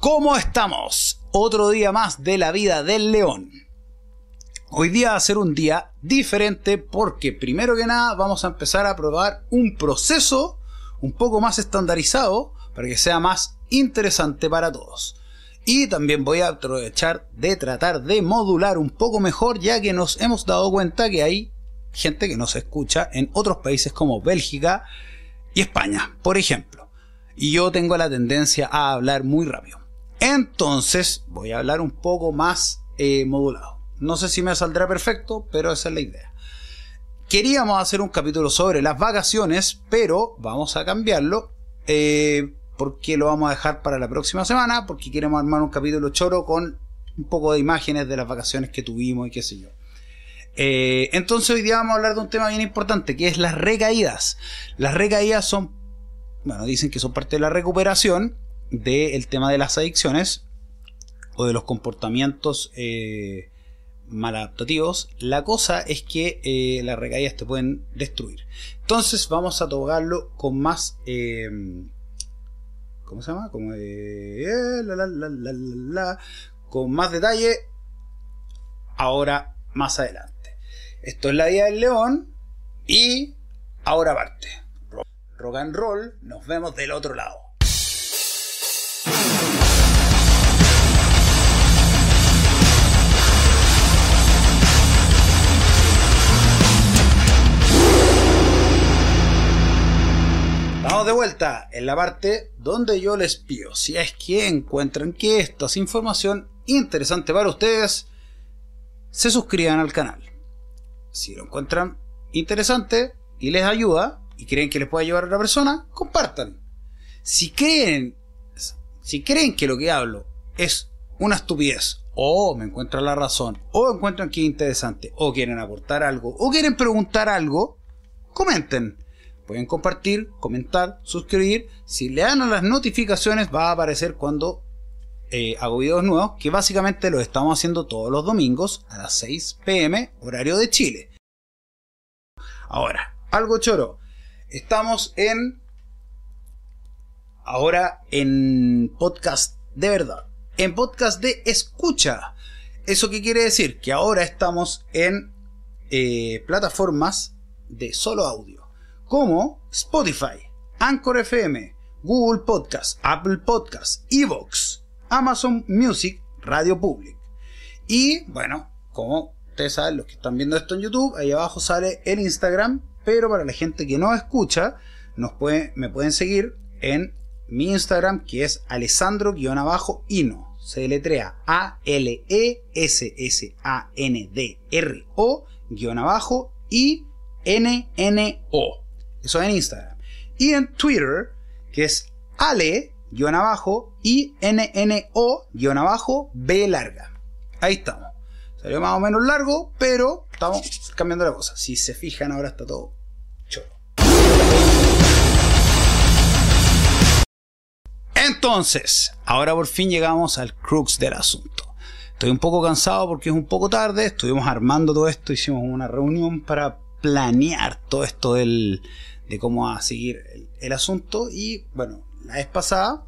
¿Cómo estamos? Otro día más de la vida del león. Hoy día va a ser un día diferente porque primero que nada vamos a empezar a probar un proceso un poco más estandarizado para que sea más interesante para todos. Y también voy a aprovechar de tratar de modular un poco mejor, ya que nos hemos dado cuenta que hay gente que nos escucha en otros países como Bélgica y España, por ejemplo. Y yo tengo la tendencia a hablar muy rápido. Entonces voy a hablar un poco más modulado. No sé si me saldrá perfecto, pero esa es la idea. Queríamos hacer un capítulo sobre las vacaciones, pero vamos a cambiarlo porque lo vamos a dejar para la próxima semana, porque queremos armar un capítulo choro con un poco de imágenes de las vacaciones que tuvimos y qué sé yo. Entonces hoy día vamos a hablar de un tema bien importante, que es las recaídas. Las recaídas son, bueno, dicen que son parte de la recuperación del tema de las adicciones o de los comportamientos maladaptativos. La cosa es que las recaídas te pueden destruir. Entonces vamos a tocarlo con más ¿cómo se llama? Como con más detalle ahora más adelante. Esto es la vida del león y ahora parte. Rock and roll, nos vemos del otro lado. Estamos de vuelta en la parte donde yo les pido, si es que encuentran que esto es información interesante para ustedes, se suscriban al canal. Si lo encuentran interesante y les ayuda y creen que les puede ayudar a otra persona, compartan. Si creen que lo que hablo es una estupidez, o me encuentran la razón, o encuentran que es interesante, o quieren aportar algo, o quieren preguntar algo, comenten. Pueden compartir, comentar, suscribir. Si le dan a las notificaciones va a aparecer cuando hago videos nuevos, que básicamente los estamos haciendo todos los domingos a las 6 p.m. horario de Chile. Ahora, algo choro. Estamos ahora en podcast de verdad, en podcast de escucha. ¿Eso qué quiere decir? Que ahora estamos en plataformas de solo audio, como Spotify, Anchor FM, Google Podcast, Apple Podcast, Evox, Amazon Music, Radio Public. Y bueno, como ustedes saben, los que están viendo esto en YouTube, ahí abajo sale el Instagram, pero para la gente que no escucha, me pueden seguir en mi Instagram, que es Alessandro_Ino. Se deletrea ALESSANDRO_INNO. Eso en Instagram. Y en Twitter, que es Ale_INNO_B larga. Ahí estamos. Salió más o menos largo, pero estamos cambiando la cosa. Si se fijan, ahora está todo choro. Entonces, ahora por fin llegamos al crux del asunto. Estoy un poco cansado porque es un poco tarde. Estuvimos armando todo esto. Hicimos una reunión para planear todo esto de cómo va a seguir el asunto. Y bueno, la vez pasada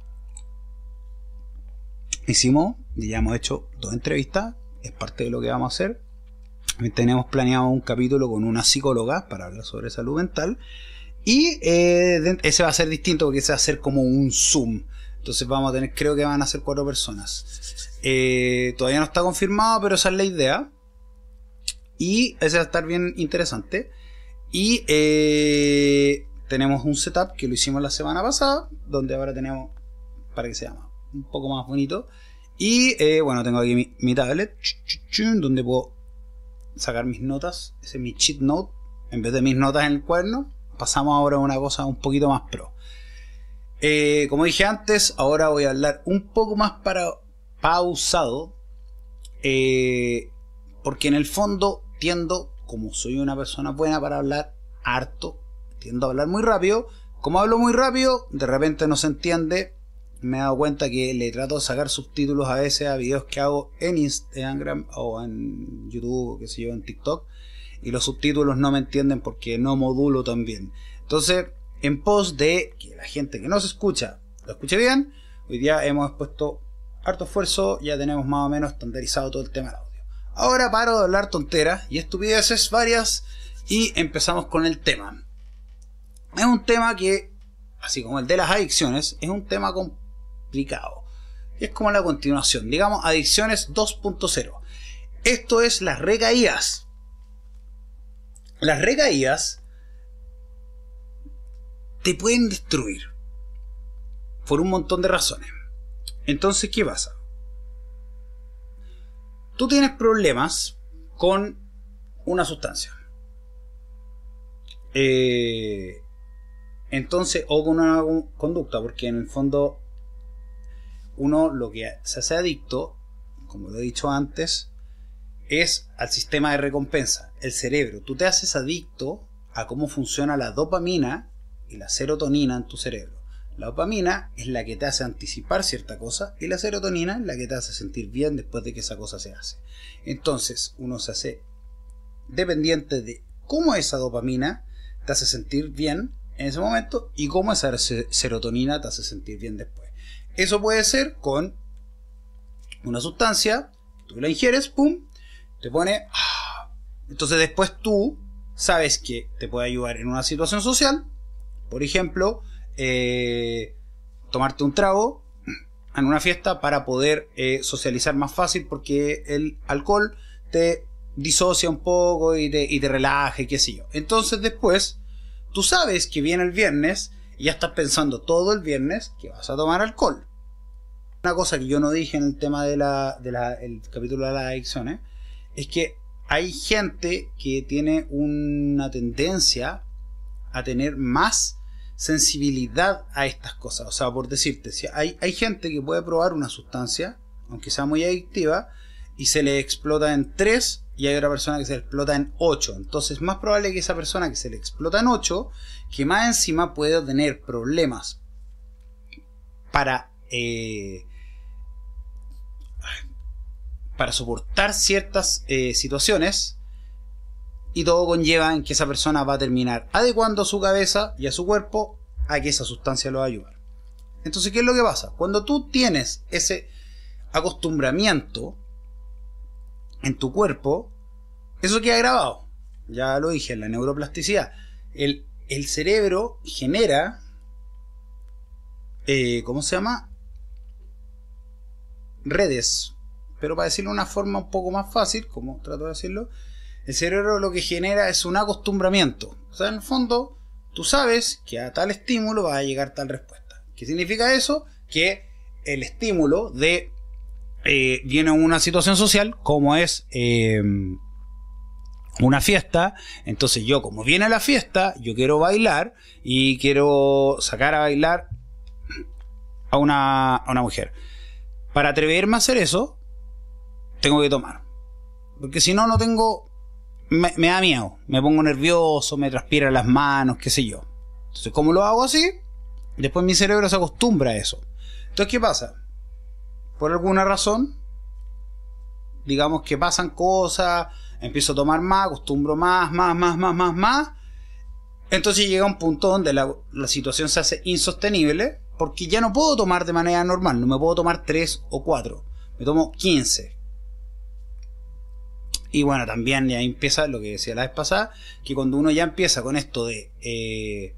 ya hemos hecho 2 entrevistas. Es parte de lo que vamos a hacer. Tenemos planeado un capítulo con una psicóloga para hablar sobre salud mental. Y ese va a ser distinto porque ese va a ser como un Zoom. Entonces vamos a tener, creo que van a ser 4 personas. Todavía no está confirmado, pero esa es la idea. Y ese va a estar bien interesante. Y tenemos un setup que lo hicimos la semana pasada, donde ahora tenemos, para que sea un poco más bonito. Y bueno, tengo aquí mi tablet, donde puedo sacar mis notas. Ese es mi cheat note. En vez de mis notas en el cuaderno, pasamos ahora a una cosa un poquito más pro. Como dije antes, ahora voy a hablar un poco más pausado. Porque en el fondo tiendo, como soy una persona buena para hablar harto, tiendo a hablar muy rápido. Como hablo muy rápido, de repente no se entiende. Me he dado cuenta que le trato de sacar subtítulos a veces a videos que hago en Instagram o en YouTube, o qué sé yo, en TikTok, y los subtítulos no me entienden porque no modulo tan bien. Entonces, en pos de que la gente que no se escucha lo escuche bien, Hoy día hemos puesto harto esfuerzo, ya tenemos más o menos estandarizado todo el tema del audio. Ahora paro de hablar tonteras y estupideces varias y empezamos con el tema. Es un tema que, así como el de las adicciones, es un tema complicado. Es como la continuación, digamos, adicciones 2.0. Esto es las recaídas. Las recaídas te pueden destruir por un montón de razones. Entonces, ¿qué pasa? Tú tienes problemas con una sustancia. Entonces, o con una conducta, porque en el fondo uno lo que se hace adicto, como lo he dicho antes, es al sistema de recompensa, el cerebro. Tú te haces adicto a cómo funciona la dopamina y la serotonina en tu cerebro. La dopamina es la que te hace anticipar cierta cosa y la serotonina es la que te hace sentir bien después de que esa cosa se hace. Entonces uno se hace dependiente de cómo esa dopamina te hace sentir bien en ese momento y cómo esa serotonina te hace sentir bien después. Eso puede ser con una sustancia, tú la ingieres, pum, te pone... Entonces después tú sabes que te puede ayudar en una situación social, por ejemplo, tomarte un trago en una fiesta para poder socializar más fácil, porque el alcohol te disocia un poco y te relaja y qué sé yo. Entonces después tú sabes que viene el viernes y ya estás pensando todo el viernes que vas a tomar alcohol. Una cosa que yo no dije en el tema el capítulo de las adicciones es que hay gente que tiene una tendencia a tener más sensibilidad a estas cosas. O sea, por decirte, si hay gente que puede probar una sustancia, aunque sea muy adictiva, y se le explota en 3, y hay otra persona que se le explota en 8. Entonces es más probable que esa persona que se le explota en 8, que más encima pueda tener problemas para soportar ciertas situaciones, y todo conlleva en que esa persona va a terminar adecuando a su cabeza y a su cuerpo a que esa sustancia lo va a ayudar. Entonces, ¿qué es lo que pasa? Cuando tú tienes ese acostumbramiento en tu cuerpo, eso queda grabado. Ya lo dije, en la neuroplasticidad. El cerebro genera, ¿cómo se llama? Redes. Pero para decirlo de una forma un poco más fácil, como trato de decirlo, el cerebro lo que genera es un acostumbramiento. O sea, en el fondo, tú sabes que a tal estímulo va a llegar tal respuesta. ¿Qué significa eso? Que el estímulo viene en una situación social, como es una fiesta. Entonces yo, como viene la fiesta, yo quiero bailar y quiero sacar a bailar a una mujer. Para atreverme a hacer eso, tengo que tomar. Porque si no, no tengo... Me da miedo. Me pongo nervioso, me transpiran las manos, qué sé yo. Entonces, como lo hago así, después mi cerebro se acostumbra a eso. Entonces, ¿qué pasa? Por alguna razón, digamos que pasan cosas, empiezo a tomar más, acostumbro más. Entonces llega un punto donde la situación se hace insostenible, porque ya no puedo tomar de manera normal. No me puedo tomar 3 o 4. Me tomo 15. Y bueno, también ya empieza lo que decía la vez pasada, que cuando uno ya empieza con esto de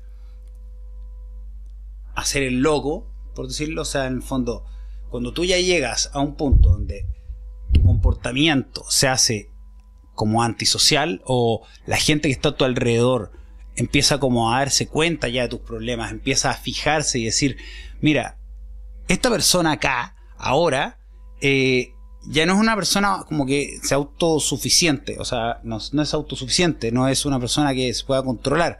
hacer el loco, por decirlo, o sea, en el fondo, cuando tú ya llegas a un punto donde tu comportamiento se hace como antisocial, o la gente que está a tu alrededor empieza como a darse cuenta ya de tus problemas, empieza a fijarse y decir, mira, esta persona acá, ahora, ya no es una persona como que sea autosuficiente. O sea, no es autosuficiente, no es una persona que se pueda controlar.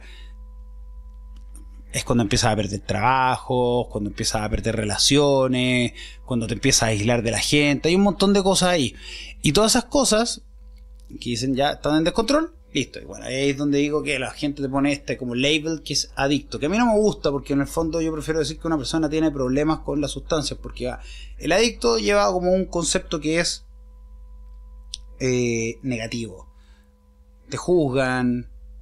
Es cuando empiezas a perder trabajo, cuando empiezas a perder relaciones, cuando te empiezas a aislar de la gente. Hay un montón de cosas ahí. Y todas esas cosas que dicen ya están en descontrol, listo. Y bueno, ahí es donde digo que la gente te pone como label que es adicto, que a mí no me gusta, porque en el fondo yo prefiero decir que una persona tiene problemas con las sustancias, porque el adicto lleva como un concepto que es negativo. Te juzgan,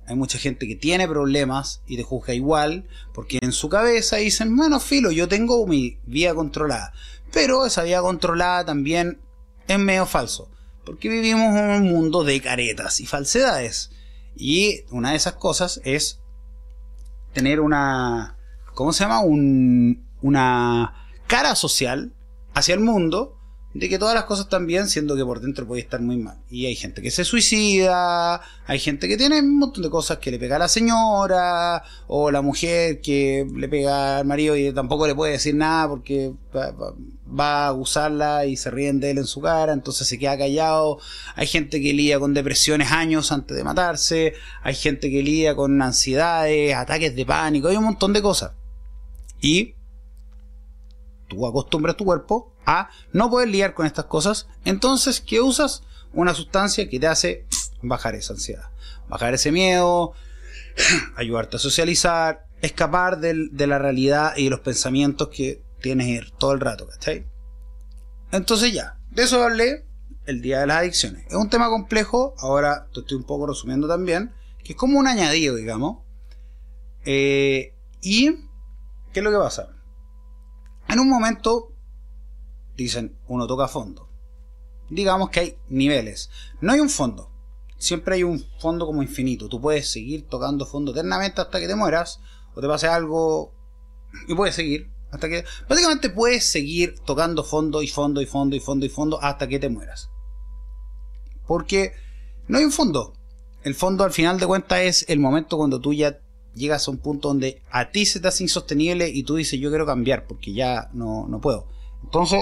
hay mucha gente que tiene problemas y te juzga igual, porque en su cabeza dicen, bueno, filo, yo tengo mi vida controlada. Pero esa vida controlada también es medio falso, porque vivimos en un mundo de caretas y falsedades. Y una de esas cosas es tener una, ¿cómo se llama? Una cara social hacia el mundo de que todas las cosas están bien, siendo que por dentro puede estar muy mal. Y hay gente que se suicida, hay gente que tiene un montón de cosas, que le pega a la señora, o la mujer que le pega al marido y tampoco le puede decir nada porque va a acusarla y se ríen de él en su cara, entonces se queda callado. Hay gente que lidia con depresiones años antes de matarse, hay gente que lidia con ansiedades, ataques de pánico, hay un montón de cosas. Y tú acostumbras tu cuerpo a no poder lidiar con estas cosas. Entonces, ¿qué usas? Una sustancia que te hace bajar esa ansiedad, bajar ese miedo, ayudarte a socializar, escapar de la realidad y de los pensamientos que tienes todo el rato, ¿cachai? Entonces ya, de eso hablé el día de las adicciones. Es un tema complejo, ahora te estoy un poco resumiendo también, que es como un añadido, digamos. ¿Y qué es lo que pasa? En un momento, dicen, uno toca fondo. Digamos que hay niveles. No hay un fondo. Siempre hay un fondo como infinito. Tú puedes seguir tocando fondo eternamente hasta que te mueras, o te pase algo y puedes seguir hasta que... Básicamente puedes seguir tocando fondo y fondo y fondo y fondo y fondo hasta que te mueras. Porque no hay un fondo. El fondo al final de cuentas es el momento cuando tú ya llegas a un punto donde a ti se te hace insostenible y tú dices, yo quiero cambiar porque ya no puedo. Entonces,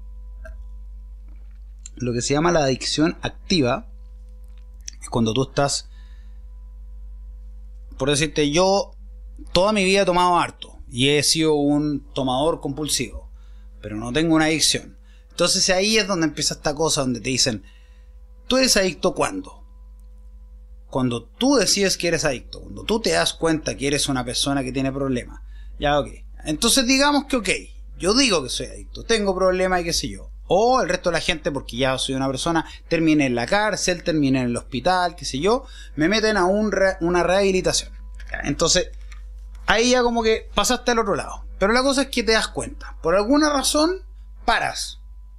lo que se llama la adicción activa es cuando tú estás, por decirte, yo toda mi vida he tomado harto y he sido un tomador compulsivo, pero no tengo una adicción. Entonces ahí es donde empieza esta cosa donde te dicen, ¿tú eres adicto cuándo? Cuando tú decides que eres adicto, cuando tú te das cuenta que eres una persona que tiene problemas. Ya, ok. Entonces digamos que ok, yo digo que soy adicto, tengo problemas y qué sé yo. O el resto de la gente, porque ya soy una persona, terminé en la cárcel, terminé en el hospital, qué sé yo, me meten a una rehabilitación. Entonces, ahí ya como que pasaste al otro lado. Pero la cosa es que te das cuenta. Por alguna razón, paras.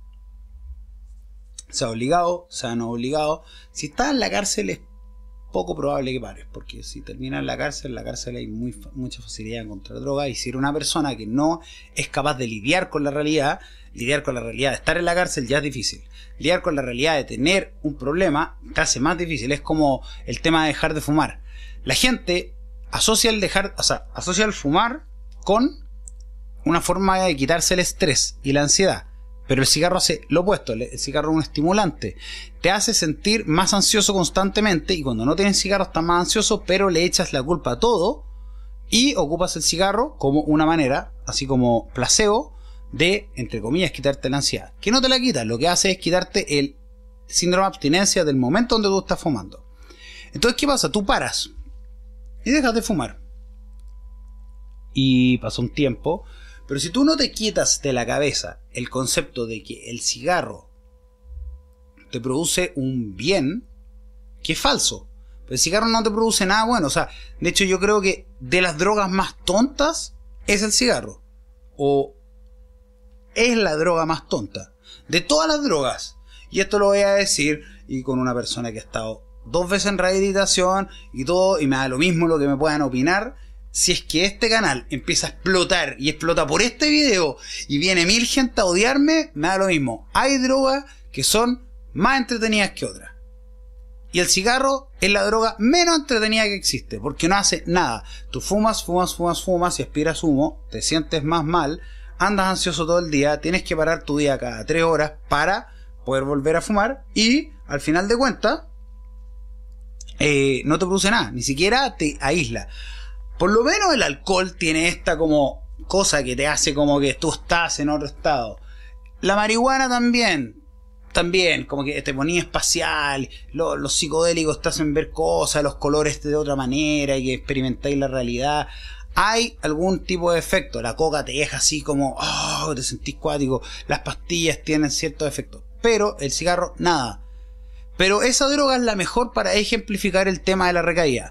Sea obligado, sea no obligado. Si estás en la cárcel es poco probable que pares, porque si terminas en la cárcel hay mucha facilidad de encontrar droga, y si eres una persona que no es capaz de lidiar con la realidad de estar en la cárcel ya es difícil. Lidiar con la realidad de tener un problema te hace más difícil. Es como el tema de dejar de fumar. La gente asocia el fumar con una forma de quitarse el estrés y la ansiedad. Pero el cigarro hace lo opuesto. El cigarro es un estimulante. Te hace sentir más ansioso constantemente, y cuando no tienes cigarro estás más ansioso, pero le echas la culpa a todo y ocupas el cigarro como una manera, así como placebo, de, entre comillas, quitarte la ansiedad. Que no te la quita, lo que hace es quitarte el síndrome de abstinencia del momento donde tú estás fumando. Entonces, ¿qué pasa? Tú paras y dejas de fumar. Y pasa un tiempo. Pero si tú no te quitas de la cabeza el concepto de que el cigarro te produce un bien, que es falso. El cigarro no te produce nada bueno. O sea, de hecho yo creo que de las drogas más tontas es el cigarro. O es la droga más tonta de todas las drogas. Y esto lo voy a decir y con una persona que ha estado 2 veces en rehabilitación y todo, y me da lo mismo lo que me puedan opinar. Si es que este canal empieza a explotar y explota por este video y viene 1000 gente a odiarme, me da lo mismo. Hay drogas que son más entretenidas que otras. Y el cigarro es la droga menos entretenida que existe, porque no hace nada. Tú fumas y aspiras humo, te sientes más mal, andas ansioso todo el día, tienes que parar tu día cada 3 horas para poder volver a fumar, y al final de cuentas no te produce nada, ni siquiera te aísla. Por lo menos el alcohol tiene esta como cosa que te hace como que tú estás en otro estado. La marihuana también, como que te ponía espacial. Los psicodélicos te hacen ver cosas, los colores de otra manera, y que experimentáis la realidad. Hay algún tipo de efecto. La coca te deja así como, te sentís cuático. Las pastillas tienen ciertos efectos, pero el cigarro, nada. Pero esa droga es la mejor para ejemplificar el tema de la recaída.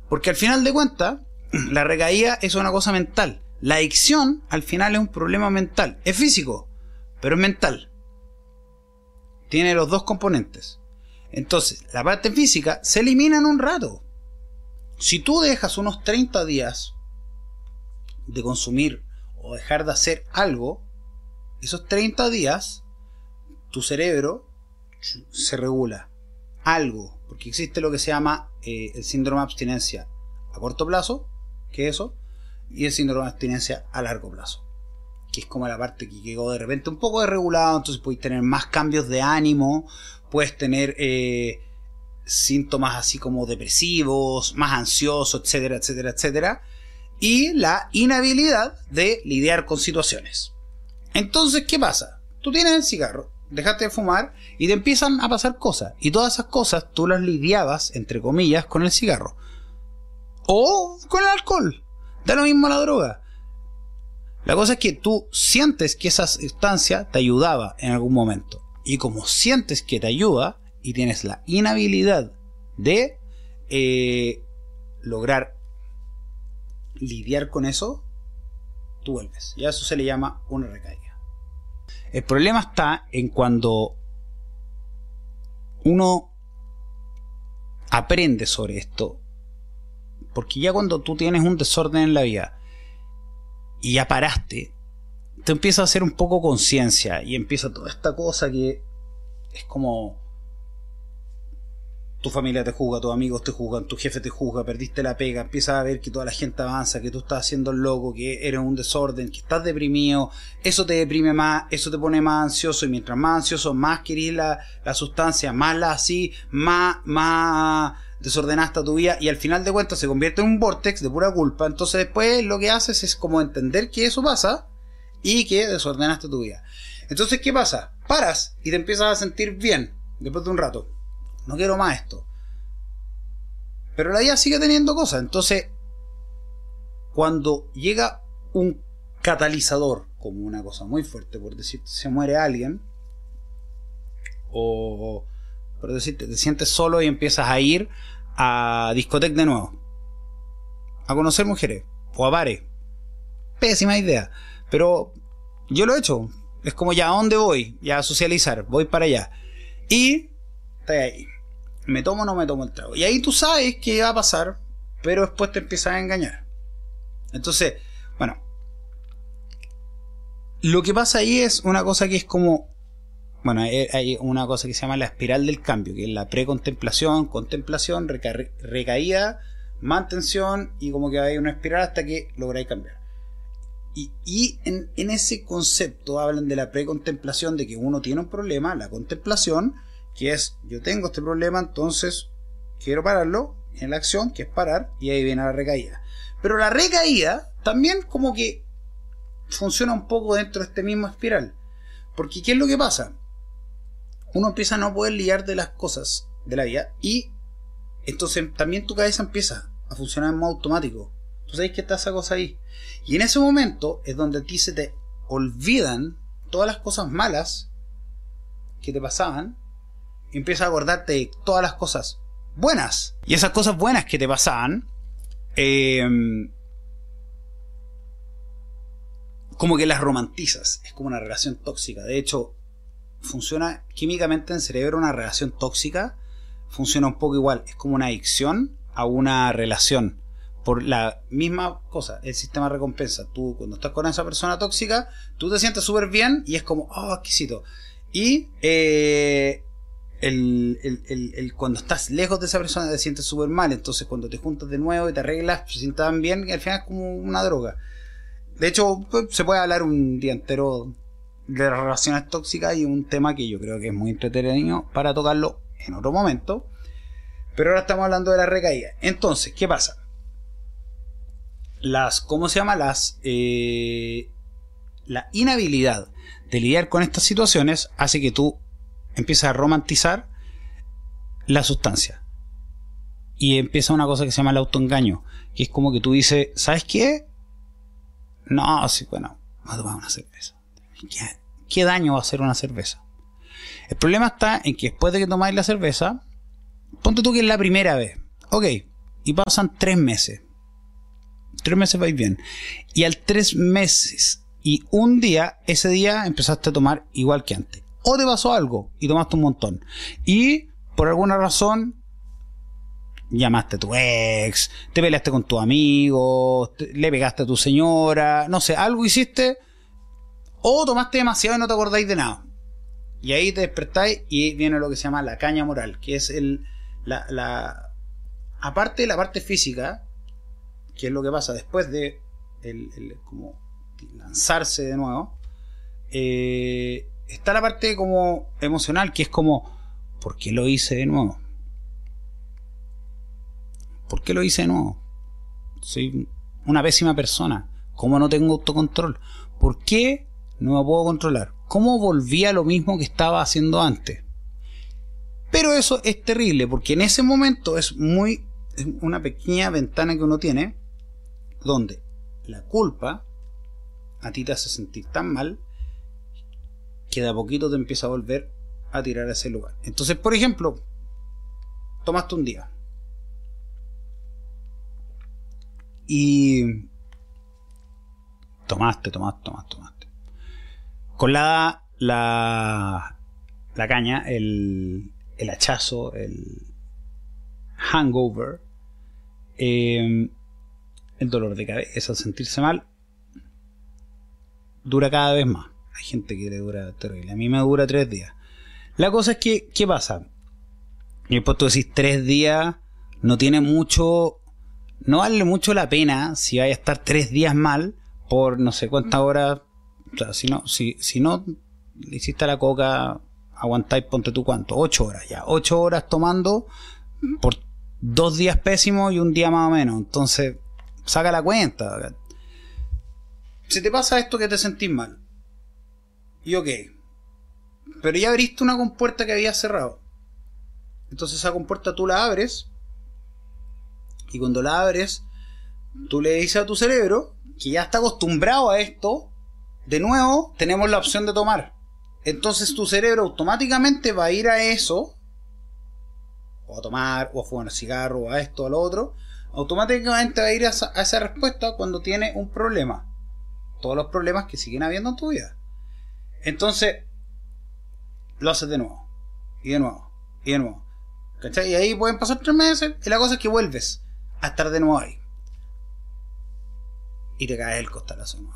Porque al final de cuentas, la recaída es una cosa mental. La adicción al final es un problema mental. Es físico, pero es mental. Tiene los dos componentes. Entonces, la parte física se elimina en un rato. Si tú dejas unos 30 días de consumir o dejar de hacer algo, esos 30 días tu cerebro se regula. Algo, porque existe lo que se llama el síndrome de abstinencia a corto plazo, que es eso, y el síndrome de abstinencia a largo plazo, que es como la parte que quedó de repente un poco desregulado. Entonces puedes tener más cambios de ánimo, puedes tener síntomas así como depresivos, más ansiosos, etcétera, etcétera, etcétera, y la inhabilidad de lidiar con situaciones. Entonces, ¿qué pasa? Tú tienes el cigarro, dejaste de fumar y te empiezan a pasar cosas, y todas esas cosas tú las lidiabas, entre comillas, con el cigarro o con el alcohol. Da lo mismo la droga. La cosa es que tú sientes que esa sustancia te ayudaba en algún momento, y como sientes que te ayuda y tienes la inhabilidad de lograr lidiar con eso, tú vuelves, y a eso se le llama una recaída. El problema está en cuando uno aprende sobre esto, porque ya cuando tú tienes un desorden en la vida y ya paraste, te empieza a hacer un poco conciencia y empieza toda esta cosa que es como tu familia te juzga, tus amigos te juzgan, tu jefe te juzga, perdiste la pega, empiezas a ver que toda la gente avanza, que tú estás haciendo el loco, que eres un desorden, que estás deprimido. Eso te deprime más, eso te pone más ansioso, y mientras más ansioso, más querís la sustancia, más la así, más desordenaste tu vida, y al final de cuentas se convierte en un vortex de pura culpa. Entonces después lo que haces es como entender que eso pasa y que desordenaste tu vida. Entonces, ¿qué pasa? Paras y te empiezas a sentir bien después de un rato. No quiero más esto. Pero la vida sigue teniendo cosas. Entonces, cuando llega un catalizador, como una cosa muy fuerte, por decir, se muere alguien, o por decirte, te sientes solo y empiezas a ir a discoteca de nuevo, a conocer mujeres o a bares. Pésima idea, pero yo lo he hecho. Es como, ya, ¿a dónde voy? Ya, a socializar, voy para allá. Y está ahí, ¿me tomo o no me tomo el trago? Y ahí tú sabes que va a pasar, pero después te empiezas a engañar. Entonces, bueno, lo que pasa ahí es una cosa que es como, bueno, hay una cosa que se llama la espiral del cambio, que es la precontemplación, contemplación, recaída, mantención, y como que hay una espiral hasta que lográis cambiar. Y en ese concepto hablan de la precontemplación, de que uno tiene un problema, la contemplación, que es, yo tengo este problema, entonces quiero pararlo, en la acción, que es parar, y ahí viene la recaída. Pero la recaída también como que funciona un poco dentro de este mismo espiral. Porque ¿qué es lo que pasa? Uno empieza a no poder lidiar de las cosas de la vida, y entonces también tu cabeza empieza a funcionar en modo automático. Tú sabes que está esa cosa ahí. Y en ese momento es donde a ti se te olvidan todas las cosas malas que te pasaban, y empiezas a acordarte de todas las cosas buenas. Y esas cosas buenas que te pasaban, como que las romantizas. Es como una relación tóxica. De hecho, funciona químicamente en el cerebro. Una relación tóxica funciona un poco igual. Es como una adicción a una relación, por la misma cosa, el sistema de recompensa. Tú, cuando estás con esa persona tóxica, tú te sientes súper bien y es como, oh, exquisito. Y cuando estás lejos de esa persona te sientes súper mal. Entonces cuando te juntas de nuevo y te arreglas, te sientes tan bien, y al final es como una droga. De hecho, se puede hablar un día entero de relaciones tóxicas, y un tema que yo creo que es muy entretenido para tocarlo en otro momento. Pero ahora estamos hablando de la recaída. Entonces, ¿qué pasa? ¿Cómo se llama? La inhabilidad de lidiar con estas situaciones hace que tú empieces a romantizar la sustancia, y empieza una cosa que se llama el autoengaño, que es como que tú dices, ¿sabes qué? No, sí, bueno, vamos a tomar una cerveza. ¿Qué daño va a hacer una cerveza? El problema está en que después de que tomáis la cerveza, ponte tú que es la primera vez, ok, y pasan 3 meses. 3 meses vais bien. Y al 3 meses y un día, ese día empezaste a tomar igual que antes. O te pasó algo y tomaste un montón. Y por alguna razón llamaste a tu ex, te peleaste con tu amigo, le pegaste a tu señora, no sé, algo hiciste. O tomaste demasiado y no te acordáis de nada. Y ahí te despertáis y viene lo que se llama la caña moral, que es aparte de la parte física, que es lo que pasa después de como lanzarse de nuevo, está la parte como emocional, que es como, ¿por qué lo hice de nuevo? ¿Por qué lo hice de nuevo? Soy una pésima persona. ¿Cómo no tengo autocontrol? ¿Por qué no me puedo controlar? ¿Cómo volví a lo mismo que estaba haciendo antes? Pero eso es terrible, porque en ese momento es una pequeña ventana que uno tiene, donde la culpa a ti te hace sentir tan mal que de a poquito te empieza a volver a tirar a ese lugar. Entonces, por ejemplo, tomaste un día y tomaste. Con la caña, el hachazo, el hangover, el dolor de cabeza, sentirse mal, dura cada vez más. Hay gente que le dura terrible. A mí me dura 3 días. La cosa es que, ¿qué pasa? Y después tú decís 3 días, no tiene mucho, no vale mucho la pena si vais a estar 3 días mal por no sé cuántas horas. O sea, si no le hiciste a la coca, aguantáis, ponte tú cuánto, 8 horas ya. 8 horas tomando por 2 días pésimos y un día más o menos. Entonces, saca la cuenta. Si te pasa esto que te sentís mal, y ok, pero ya abriste una compuerta que habías cerrado. Entonces esa compuerta tú la abres, y cuando la abres, tú le dices a tu cerebro, que ya está acostumbrado a esto, de nuevo tenemos la opción de tomar. Entonces tu cerebro automáticamente va a ir a eso, o a tomar, o a fumar cigarro, o a esto, o a lo otro. Automáticamente va a ir a esa respuesta cuando tiene un problema. Todos los problemas que siguen habiendo en tu vida. Entonces lo haces de nuevo, y de nuevo, y de nuevo, ¿cachai? Y ahí pueden pasar 3 meses, y la cosa es que vuelves a estar de nuevo ahí, y te cae el costalazo de nuevo,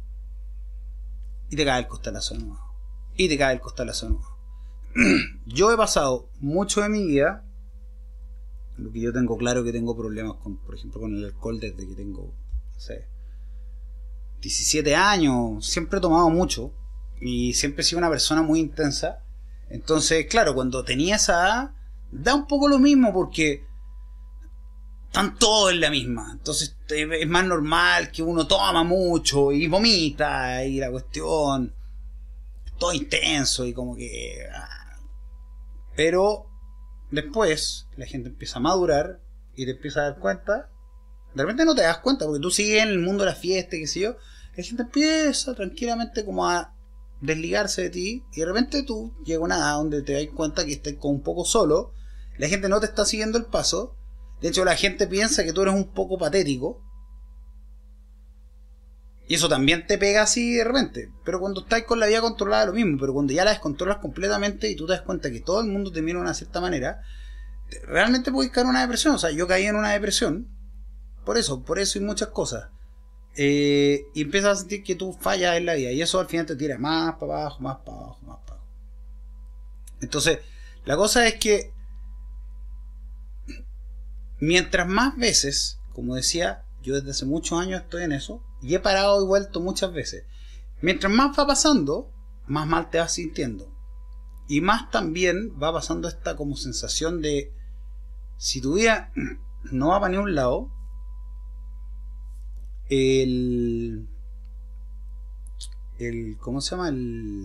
y te cae el costalazo de nuevo, y te cae el costalazo de nuevo. Yo he pasado mucho de mi vida, lo que yo tengo claro que tengo problemas con, por ejemplo, con el alcohol desde que tengo, no sé, 17 años. Siempre he tomado mucho y siempre he sido una persona muy intensa. Entonces, claro, cuando tenía esa edad, da un poco lo mismo porque están todos en la misma. Entonces es más normal que uno toma mucho y vomita y la cuestión, todo intenso y como que... Pero después la gente empieza a madurar y te empieza a dar cuenta. De repente no te das cuenta porque tú sigues en el mundo de la fiesta y qué sé yo. La gente empieza tranquilamente como a desligarse de ti y de repente tú llegas a una edad donde te das cuenta que estás como un poco solo. La gente no te está siguiendo el paso. De hecho, la gente piensa que tú eres un poco patético. Y eso también te pega así de repente. Pero cuando estás con la vida controlada es lo mismo. Pero cuando ya la descontrolas completamente y tú te das cuenta que todo el mundo te mira de una cierta manera, realmente puedes caer en una depresión. O sea, yo caí en una depresión por eso y muchas cosas. Y empiezas a sentir que tú fallas en la vida. Y eso al final te tira más para abajo, más para abajo, más para abajo. Entonces, la cosa es que mientras más veces, como decía, yo desde hace muchos años estoy en eso, y he parado y vuelto muchas veces. Mientras más va pasando, más mal te vas sintiendo. Y más también va pasando esta como sensación de, si tu vida no va para ningún lado, ¿cómo se llama?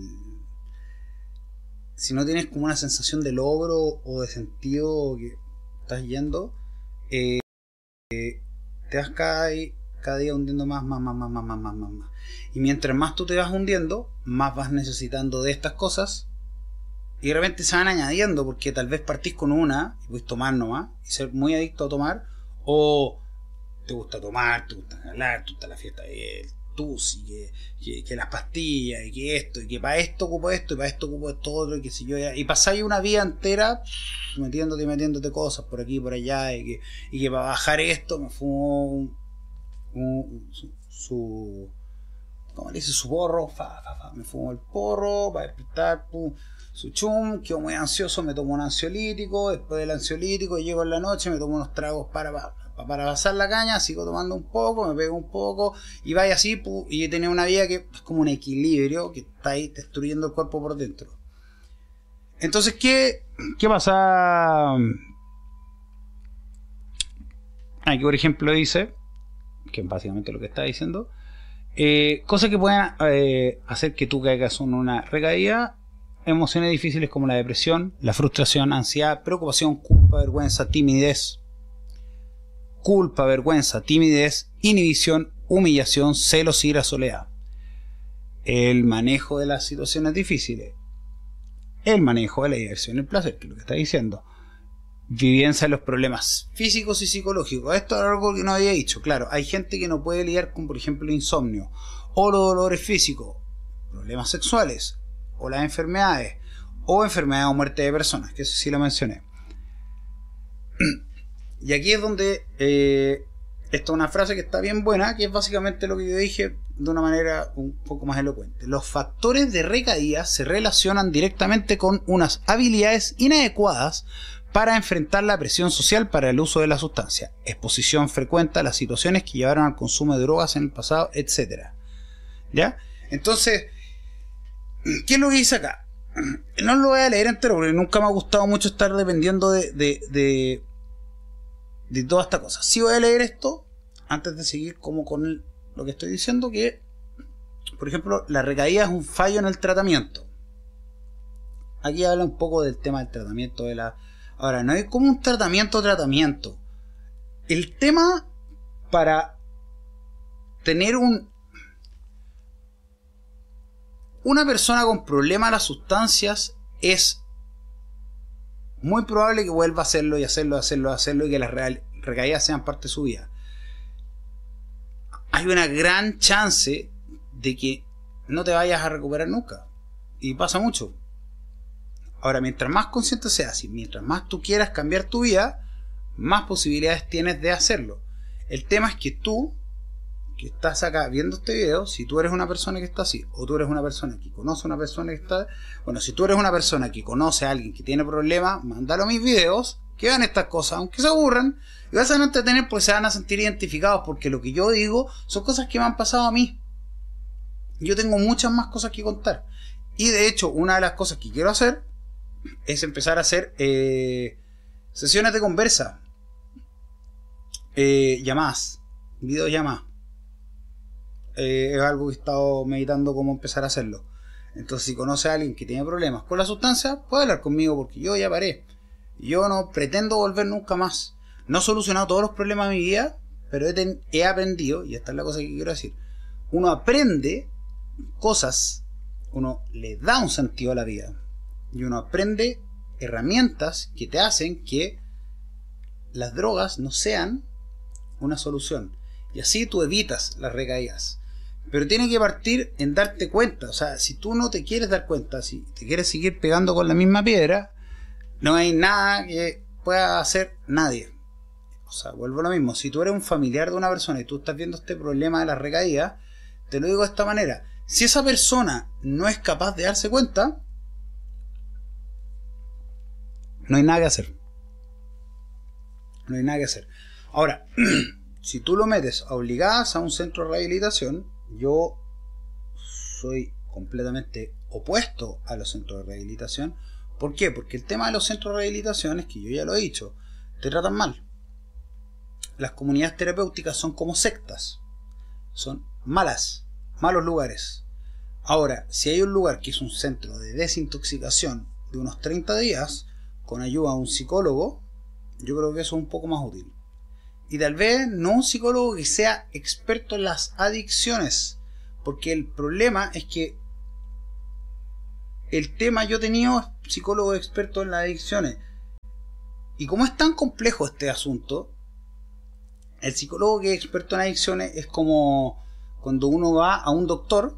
Si no tienes como una sensación de logro o de sentido que estás yendo, te vas cada día hundiendo más. Y mientras más tú te vas hundiendo, más vas necesitando de estas cosas. Y de repente se van añadiendo, porque tal vez partís con una y puedes tomar nomás y ser muy adicto a tomar, O te gusta tomar, te gusta hablar, te gusta la fiesta de tusi, que las pastillas, y que esto, y que para esto ocupo esto, y para esto ocupo esto otro, y que si yo ya, y pasáis una vida entera metiéndote cosas por aquí y por allá, y que para bajar esto me fumo su ¿cómo le dice? Su porro, me fumo el porro para despertar, su chum, quedo muy ansioso, me tomo un ansiolítico, después del ansiolítico llego en la noche, me tomo unos tragos para pasar la caña, sigo tomando un poco, me pego un poco, y vaya así, y he tenido una vida que es como un equilibrio, que está ahí destruyendo el cuerpo por dentro. Entonces, ¿qué pasa? Aquí, por ejemplo, dice, que es básicamente lo que está diciendo, cosas que pueden hacer que tú caigas en una recaída: emociones difíciles como la depresión, la frustración, ansiedad, preocupación, culpa, vergüenza, timidez, inhibición, humillación, celos, ira, soledad. El manejo de las situaciones difíciles, el manejo de la diversión y el placer, que es lo que está diciendo. Vivencia de los problemas físicos y psicológicos. Esto es algo que no había dicho. Claro, hay gente que no puede lidiar con, por ejemplo, el insomnio, o los dolores físicos, problemas sexuales, o las enfermedades, o enfermedad o muerte de personas, que eso sí lo mencioné. Y aquí es donde esta es una frase que está bien buena, que es básicamente lo que yo dije de una manera un poco más elocuente. Los factores de recaída se relacionan directamente con unas habilidades inadecuadas para enfrentar la presión social para el uso de la sustancia, exposición frecuente a las situaciones que llevaron al consumo de drogas en el pasado, etc. ¿Ya? Entonces, ¿qué es lo que dice acá? No lo voy a leer entero porque nunca me ha gustado mucho estar dependiendo de toda esta cosa. Sí voy a leer esto antes de seguir como con lo que estoy diciendo, que, por ejemplo, la recaída es un fallo en el tratamiento. Aquí habla un poco del tema del tratamiento de la... Ahora, no es como un tratamiento. El tema para tener una persona con problema a las sustancias es muy probable que vuelva a hacerlo y hacerlo y que las recaídas sean parte de su vida. Hay una gran chance de que no te vayas a recuperar nunca. Y pasa mucho. Ahora, mientras más consciente seas y mientras más tú quieras cambiar tu vida, más posibilidades tienes de hacerlo. El tema es que tú, que estás acá viendo este video, si tú eres una persona que está así, o tú eres una persona que conoce a una persona que está... Bueno, si tú eres una persona que conoce a alguien que tiene problemas, mándalo a mis videos, que vean estas cosas, aunque se aburran, y vas a entretener porque se van a sentir identificados, porque lo que yo digo son cosas que me han pasado a mí. Yo tengo muchas más cosas que contar. Y de hecho, una de las cosas que quiero hacer es empezar a hacer sesiones de conversa, llamadas, videollamadas. Es algo que he estado meditando cómo empezar a hacerlo. Entonces, si conoce a alguien que tiene problemas con la sustancia, puede hablar conmigo porque yo ya paré. Yo no pretendo volver nunca más. No he solucionado todos los problemas de mi vida, pero he aprendido, y esta es la cosa que quiero decir. Uno aprende cosas, uno le da un sentido a la vida. Y uno aprende herramientas que te hacen que las drogas no sean una solución. Y así tú evitas las recaídas. Pero tiene que partir en darte cuenta. O sea, si tú no te quieres dar cuenta, si te quieres seguir pegando con la misma piedra, no hay nada que pueda hacer nadie. O sea, vuelvo a lo mismo. Si tú eres un familiar de una persona y tú estás viendo este problema de las recaídas, te lo digo de esta manera. Si esa persona no es capaz de darse cuenta, no hay nada que hacer. No hay nada que hacer. Ahora, si tú lo metes a obligadas a un centro de rehabilitación, yo soy completamente opuesto a los centros de rehabilitación. ¿Por qué? Porque el tema de los centros de rehabilitación es que yo ya lo he dicho, te tratan mal. Las comunidades terapéuticas son como sectas. Son malos lugares. Ahora, si hay un lugar que es un centro de desintoxicación de unos 30 días, con ayuda de un psicólogo, yo creo que eso es un poco más útil. Y tal vez no un psicólogo que sea experto en las adicciones, porque el problema es que el tema, yo he tenido psicólogos expertos en las adicciones, y como es tan complejo este asunto, El psicólogo que es experto en adicciones es como cuando uno va a un doctor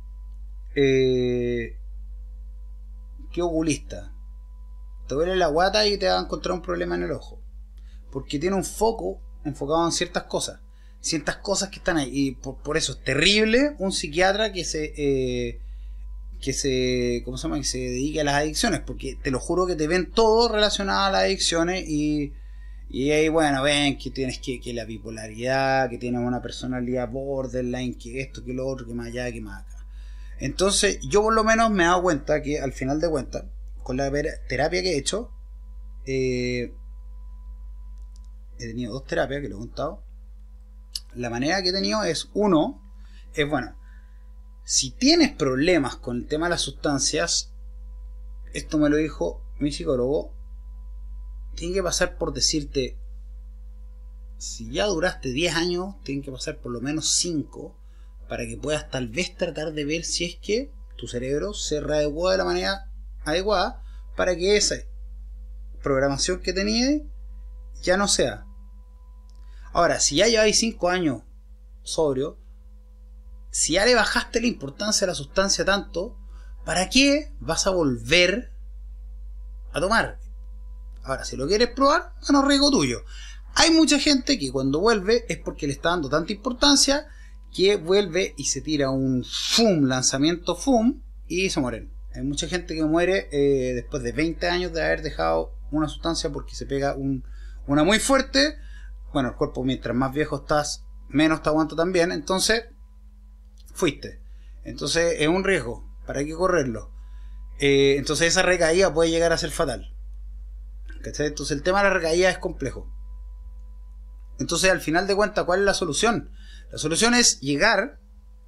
que oculista. Te duele la guata y te va a encontrar un problema en el ojo. Porque tiene un foco enfocado en ciertas cosas que están ahí. Y por eso es terrible un psiquiatra que se ¿cómo se llama? Que se dedique a las adicciones, porque te lo juro que te ven todo relacionado a las adicciones y ahí, bueno, ven que tienes que la bipolaridad, que tienes una personalidad borderline, que esto, que lo otro, que más allá, que más acá. Entonces, yo por lo menos me he dado cuenta que al final de cuentas, con la terapia que he hecho, he tenido 2 terapias que lo he contado. La manera que he tenido es, uno, es bueno, si tienes problemas con el tema de las sustancias, esto me lo dijo mi psicólogo, tiene que pasar por decirte, si ya duraste 10 años, tienen que pasar por lo menos 5 para que puedas tal vez tratar de ver si es que tu cerebro se readecuó de la manera adecuada para que esa programación que tenías ya no sea. Ahora, si ya lleváis 5 años sobrio, si ya le bajaste la importancia a la sustancia tanto, ¿para qué vas a volver a tomar? Ahora, si lo quieres probar, no riesgo tuyo. Hay mucha gente que cuando vuelve es porque le está dando tanta importancia que vuelve y se tira un lanzamiento y se mueren. Hay mucha gente que muere después de 20 años de haber dejado una sustancia porque se pega una muy fuerte. Bueno, el cuerpo mientras más viejo estás, menos te aguanta también. Entonces, fuiste. Entonces es un riesgo. ¿Para qué correrlo? Entonces esa recaída puede llegar a ser fatal. ¿Cachai? Entonces el tema de la recaída es complejo. Entonces al final de cuentas, ¿cuál es la solución? La solución es llegar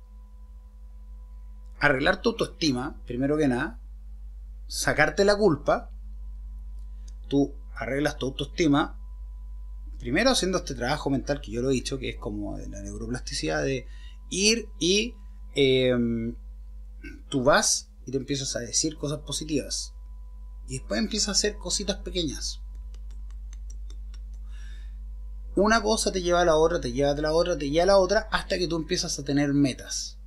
a arreglar tu autoestima, primero que nada, sacarte la culpa. Tú arreglas tu autoestima primero haciendo este trabajo mental que yo lo he dicho, que es como de la neuroplasticidad, de ir y tú vas y te empiezas a decir cosas positivas y después empiezas a hacer cositas pequeñas. Una cosa te lleva a la otra, te lleva a la otra, te lleva a la otra, hasta que tú empiezas a tener metas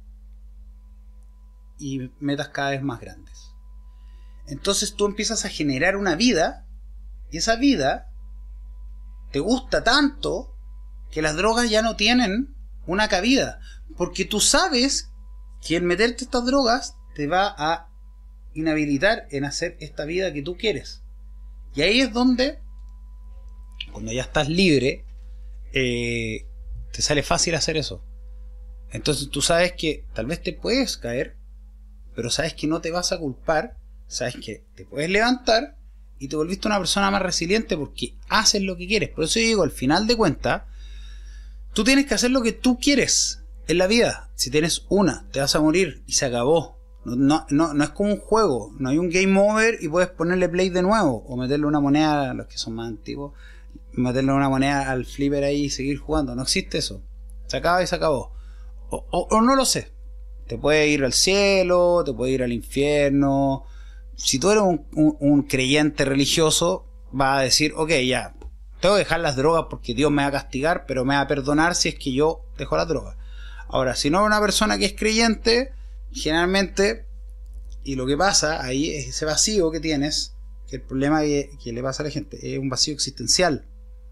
y metas cada vez más grandes. Entonces tú empiezas a generar una vida y esa vida te gusta tanto que las drogas ya no tienen una cabida, porque tú sabes que el meterte estas drogas te va a inhabilitar en hacer esta vida que tú quieres. Y ahí es donde, cuando ya estás libre, te sale fácil hacer eso. Entonces tú sabes que tal vez te puedes caer, pero sabes que no te vas a culpar, sabes que te puedes levantar y te volviste una persona más resiliente porque haces lo que quieres. Por eso yo digo, al final de cuentas, tú tienes que hacer lo que tú quieres en la vida. Si tienes una, te vas a morir y se acabó. No es como un juego, no hay un game over y puedes ponerle play de nuevo o meterle una moneda, a los que son más antiguos, meterle una moneda al flipper ahí y seguir jugando. No existe eso. Se acaba y se acabó. O no lo sé. Te puede ir al cielo, te puede ir al infierno. Si tú eres un creyente religioso, vas a decir, ok, ya, tengo que dejar las drogas porque Dios me va a castigar, pero me va a perdonar si es que yo dejo las drogas. Ahora, si no eres una persona que es creyente, generalmente, y lo que pasa ahí es ese vacío que tienes, que el problema que le pasa a la gente es un vacío existencial.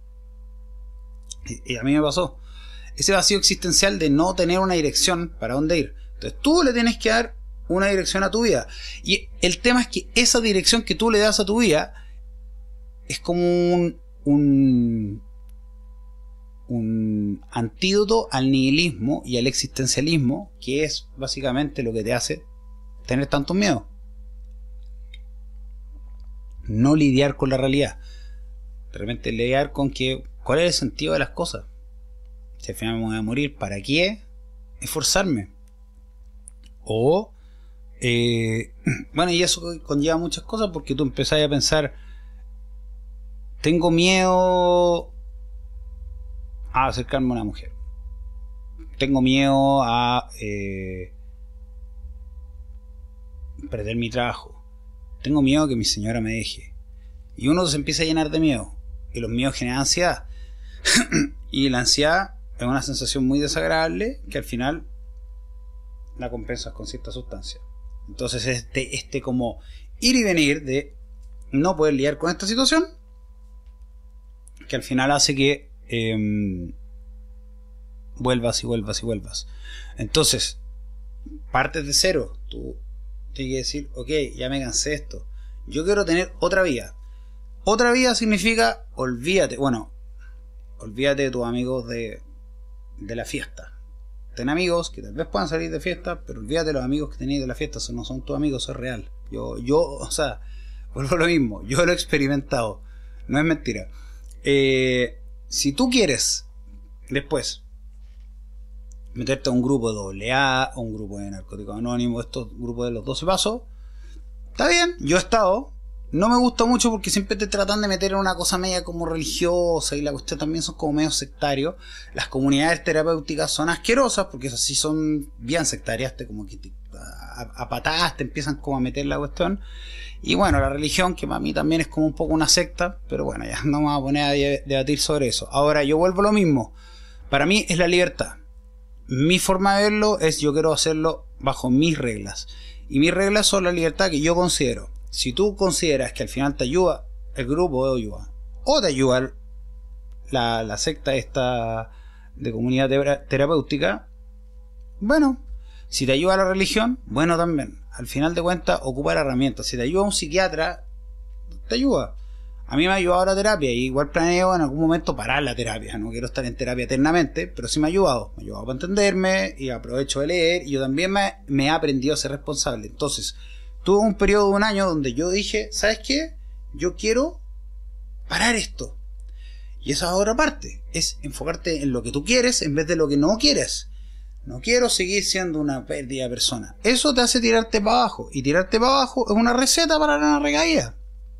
Y a mí me pasó ese vacío existencial de no tener una dirección para dónde ir. Entonces tú le tienes que dar una dirección a tu vida, y el tema es que esa dirección que tú le das a tu vida es como un antídoto al nihilismo y al existencialismo, que es básicamente lo que te hace tener tantos miedos. No lidiar con la realidad, de repente lidiar con que cuál es el sentido de las cosas. Si al final me voy a morir, ¿para qué esforzarme? O bueno, y eso conlleva muchas cosas, porque tú empezás a pensar, tengo miedo a acercarme a una mujer, tengo miedo a perder mi trabajo, tengo miedo a que mi señora me deje, y uno se empieza a llenar de miedo y los miedos generan ansiedad. Y la ansiedad es una sensación muy desagradable que al final la compensas con cierta sustancia. Entonces este como ir y venir de no poder lidiar con esta situación, que al final hace que vuelvas y vuelvas y vuelvas. Entonces, partes de cero. Tú tienes que decir, ok, ya me cansé de esto. Yo quiero tener otra vida. Otra vida significa, olvídate de tus amigos de la fiesta. Ten amigos que tal vez puedan salir de fiesta, pero olvídate de los amigos que tenéis de la fiesta. Eso no son tus amigos, eso es real. O sea, vuelvo a lo mismo. Yo lo he experimentado. No es mentira. Si tú quieres después meterte a un grupo de AA o un grupo de Narcóticos Anónimos, estos grupos de los 12 pasos, está bien, yo he estado. No me gusta mucho porque siempre te tratan de meter en una cosa media como religiosa y la cuestión también son como medio sectarios. Las comunidades terapéuticas son asquerosas porque esas sí son bien sectarias, como que a patadas te empiezan como a meter la cuestión. Y bueno, la religión, que para mí también es como un poco una secta, pero bueno, ya no me voy a poner a debatir sobre eso. Ahora, yo vuelvo a lo mismo. Para mí es la libertad. Mi forma de verlo es yo quiero hacerlo bajo mis reglas. Y mis reglas son la libertad que yo considero. Si tú consideras que al final te ayuda el grupo de ayuda o te ayuda la secta esta de comunidad terapéutica, bueno, si te ayuda la religión, bueno también. Al final de cuentas, ocupa la herramienta. Si te ayuda un psiquiatra, te ayuda. A mí me ha ayudado la terapia y igual planeo en algún momento parar la terapia. No quiero estar en terapia eternamente, pero sí me ha ayudado. Me ha ayudado para entenderme y aprovecho de leer y yo también me he aprendido a ser responsable. Entonces, tuve un periodo de un año donde yo dije, ¿sabes qué? Yo quiero parar esto. Y esa es otra parte. Es enfocarte en lo que tú quieres en vez de lo que no quieres. No quiero seguir siendo una pérdida de persona. Eso te hace tirarte para abajo. Y tirarte para abajo es una receta para la recaída.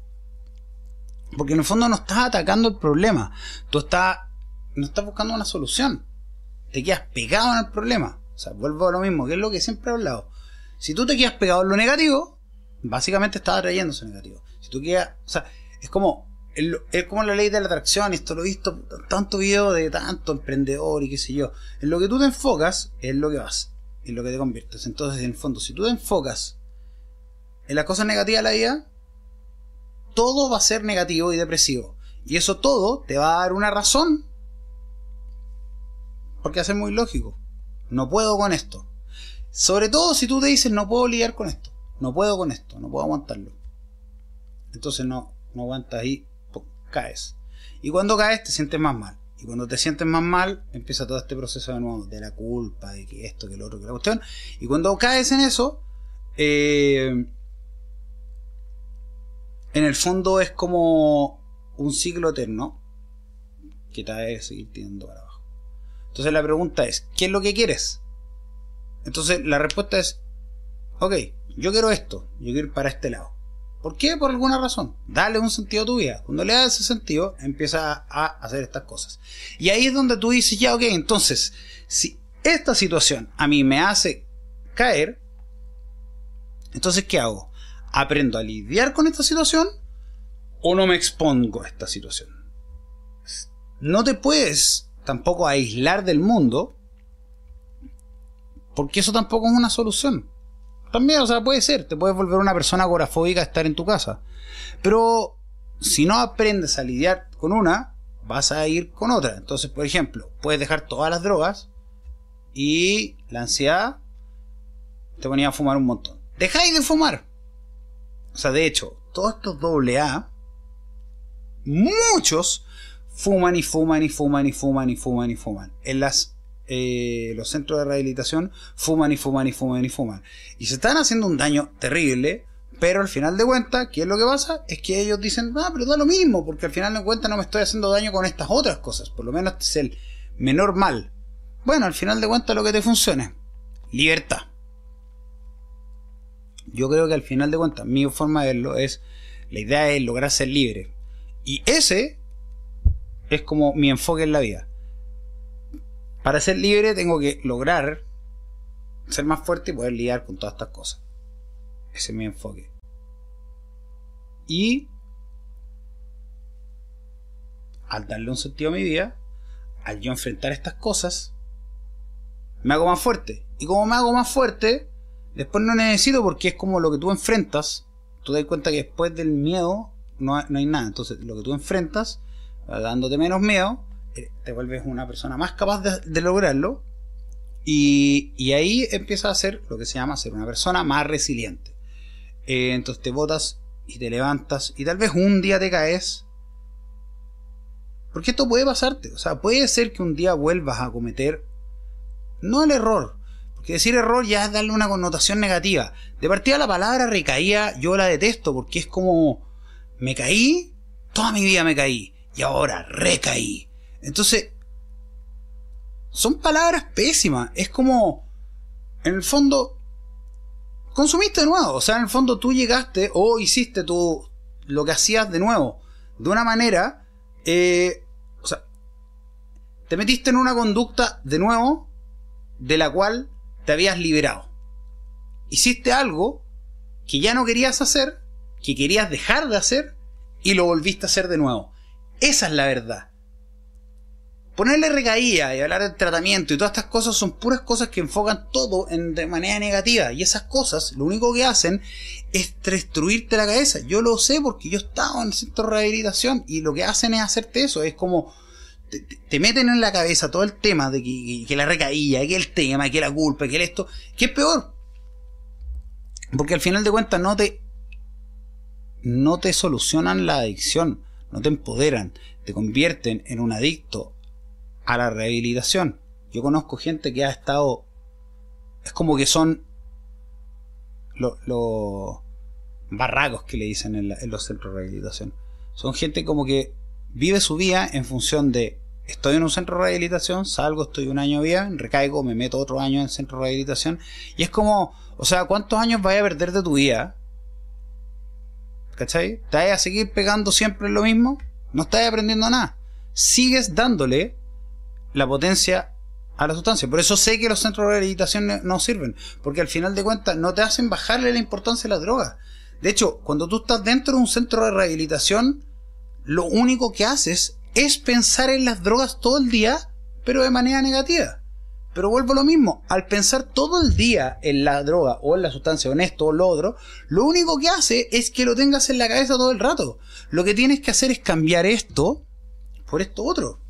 Porque en el fondo no estás atacando el problema. No estás buscando una solución. Te quedas pegado en el problema. O sea, vuelvo a lo mismo, que es lo que siempre he hablado. Si tú te quedas pegado en lo negativo, básicamente estás atrayendo eso negativo. Si tú quedas, o sea, es como la ley de la atracción. Esto lo he visto tanto video de tanto emprendedor y qué sé yo. En lo que tú te enfocas es lo que vas, en lo que te conviertes. Entonces, en el fondo, si tú te enfocas en las cosas negativas de la vida, todo va a ser negativo y depresivo. Y eso todo te va a dar una razón. Porque va a ser muy lógico. No puedo con esto. Sobre todo si tú te dices, no puedo lidiar con esto. No puedo con esto. No puedo aguantarlo. Entonces no aguantas y caes. Y cuando caes te sientes más mal. Y cuando te sientes más mal, empieza todo este proceso de nuevo. De la culpa, de que esto, que lo otro, que la cuestión. Y cuando caes en eso, en el fondo es como un ciclo eterno que te va a seguir tirando para abajo. Entonces la pregunta es, ¿qué es lo que quieres? Entonces la respuesta es, ok, yo quiero esto, yo quiero ir para este lado. ¿Por qué? Por alguna razón. Dale un sentido a tu vida. Cuando le das ese sentido, empieza a hacer estas cosas. Y ahí es donde tú dices, ya, ok, entonces, si esta situación a mí me hace caer, entonces, ¿qué hago? ¿Aprendo a lidiar con esta situación o no me expongo a esta situación? No te puedes tampoco aislar del mundo, porque eso tampoco es una solución. También, o sea, puede ser, te puedes volver una persona agorafóbica a estar en tu casa. Pero si no aprendes a lidiar con una, vas a ir con otra. Entonces, por ejemplo, puedes dejar todas las drogas y la ansiedad te ponía a fumar un montón. Dejáis de fumar. O sea, de hecho, todos estos AA, muchos fuman y fuman y fuman y fuman y fuman y fuman. En los centros de rehabilitación fuman y fuman y fuman y fuman. Y se están haciendo un daño terrible, pero al final de cuentas, ¿qué es lo que pasa? Es que ellos dicen, pero da lo mismo, porque al final de cuentas no me estoy haciendo daño con estas otras cosas. Por lo menos este es el menor mal. Bueno, al final de cuentas lo que te funcione. Libertad. Yo creo que al final de cuentas, mi forma de verlo es, la idea es lograr ser libre. Y ese es como mi enfoque en la vida. Para ser libre tengo que lograr ser más fuerte y poder lidiar con todas estas cosas. Ese es mi enfoque. Y al darle un sentido a mi vida, al yo enfrentar estas cosas, me hago más fuerte. Y como me hago más fuerte, después no necesito, porque es como lo que tú enfrentas. Tú te das cuenta que después del miedo no hay nada. Entonces lo que tú enfrentas, dándote menos miedo, te vuelves una persona más capaz de lograrlo. Y ahí empiezas a ser lo que se llama ser una persona más resiliente. Entonces te botas y te levantas y tal vez un día te caes. Porque esto puede pasarte. O sea, puede ser que un día vuelvas a cometer, no el error, porque decir error ya es darle una connotación negativa. De partida la palabra recaía yo la detesto, porque es como me caí, toda mi vida me caí y ahora recaí. Entonces son palabras pésimas. Es como, en el fondo, consumiste de nuevo. O sea, en el fondo tú llegaste o hiciste lo que hacías de nuevo de una manera, o sea, te metiste en una conducta de nuevo de la cual te habías liberado. Hiciste algo que ya no querías hacer, que querías dejar de hacer, y lo volviste a hacer de nuevo. Esa es la verdad. Ponerle recaída y hablar del tratamiento y todas estas cosas son puras cosas que enfocan todo de manera negativa. Y esas cosas lo único que hacen es destruirte la cabeza. Yo lo sé porque yo estaba en el centro de rehabilitación y lo que hacen es hacerte eso. Es como te meten en la cabeza todo el tema de que la recaída, que el tema, que la culpa, que esto, que es peor. Porque al final de cuentas no te solucionan la adicción, no te empoderan, te convierten en un adicto a la rehabilitación. Yo conozco gente que ha estado, es como que son los barracos que le dicen en los centros de rehabilitación. Son gente como que vive su vida en función de estoy en un centro de rehabilitación, salgo, estoy un año bien, recaigo, me meto otro año en centro de rehabilitación, y es como, o sea, ¿cuántos años vas a perder de tu vida? ¿Cachai? ¿Te vas a seguir pegando siempre en lo mismo? No estás aprendiendo nada. Sigues dándole la potencia a la sustancia. Por eso sé que los centros de rehabilitación no sirven, porque al final de cuentas no te hacen bajarle la importancia a la droga. De hecho, cuando tú estás dentro de un centro de rehabilitación, lo único que haces es pensar en las drogas todo el día, pero de manera negativa. Pero vuelvo a lo mismo, al pensar todo el día en la droga o en la sustancia o en esto o lo otro, lo único que hace es que lo tengas en la cabeza todo el rato. Lo que tienes que hacer es cambiar esto por esto otro.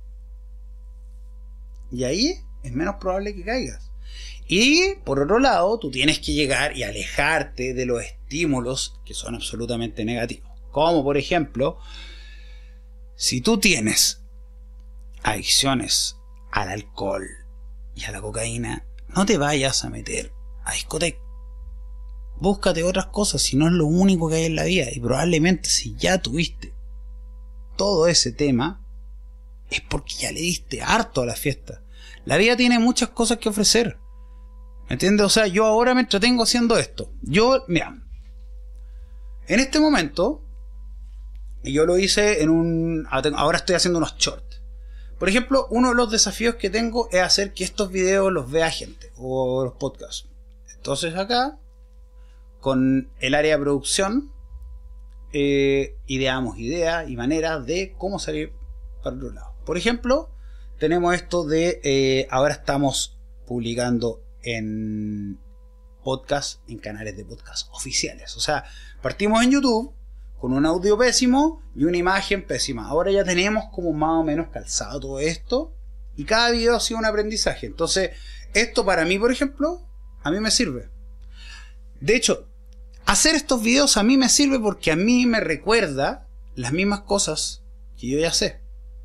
Y ahí es menos probable que caigas. Y por otro lado, tú tienes que llegar y alejarte de los estímulos que son absolutamente negativos. Como por ejemplo, si tú tienes adicciones al alcohol y a la cocaína, no te vayas a meter a discoteca. Búscate otras cosas, si no es lo único que hay en la vida. Y probablemente si ya tuviste todo ese tema, es porque ya le diste harto a la fiesta. La vida tiene muchas cosas que ofrecer. ¿Me entiendes? O sea, yo ahora me entretengo haciendo esto. Mira, en este momento, yo lo hice ahora estoy haciendo unos shorts. Por ejemplo, uno de los desafíos que tengo es hacer que estos videos los vea gente, o los podcasts. Entonces acá, con el área de producción, ideamos ideas y maneras de cómo salir para otro lado. Por ejemplo, tenemos esto de ahora estamos publicando en podcast, en canales de podcast oficiales. O sea, partimos en YouTube con un audio pésimo y una imagen pésima. Ahora ya tenemos como más o menos calzado todo esto y cada video ha sido un aprendizaje. Entonces, esto para mí, por ejemplo, a mí me sirve. De hecho, hacer estos videos a mí me sirve porque a mí me recuerda las mismas cosas que yo ya sé.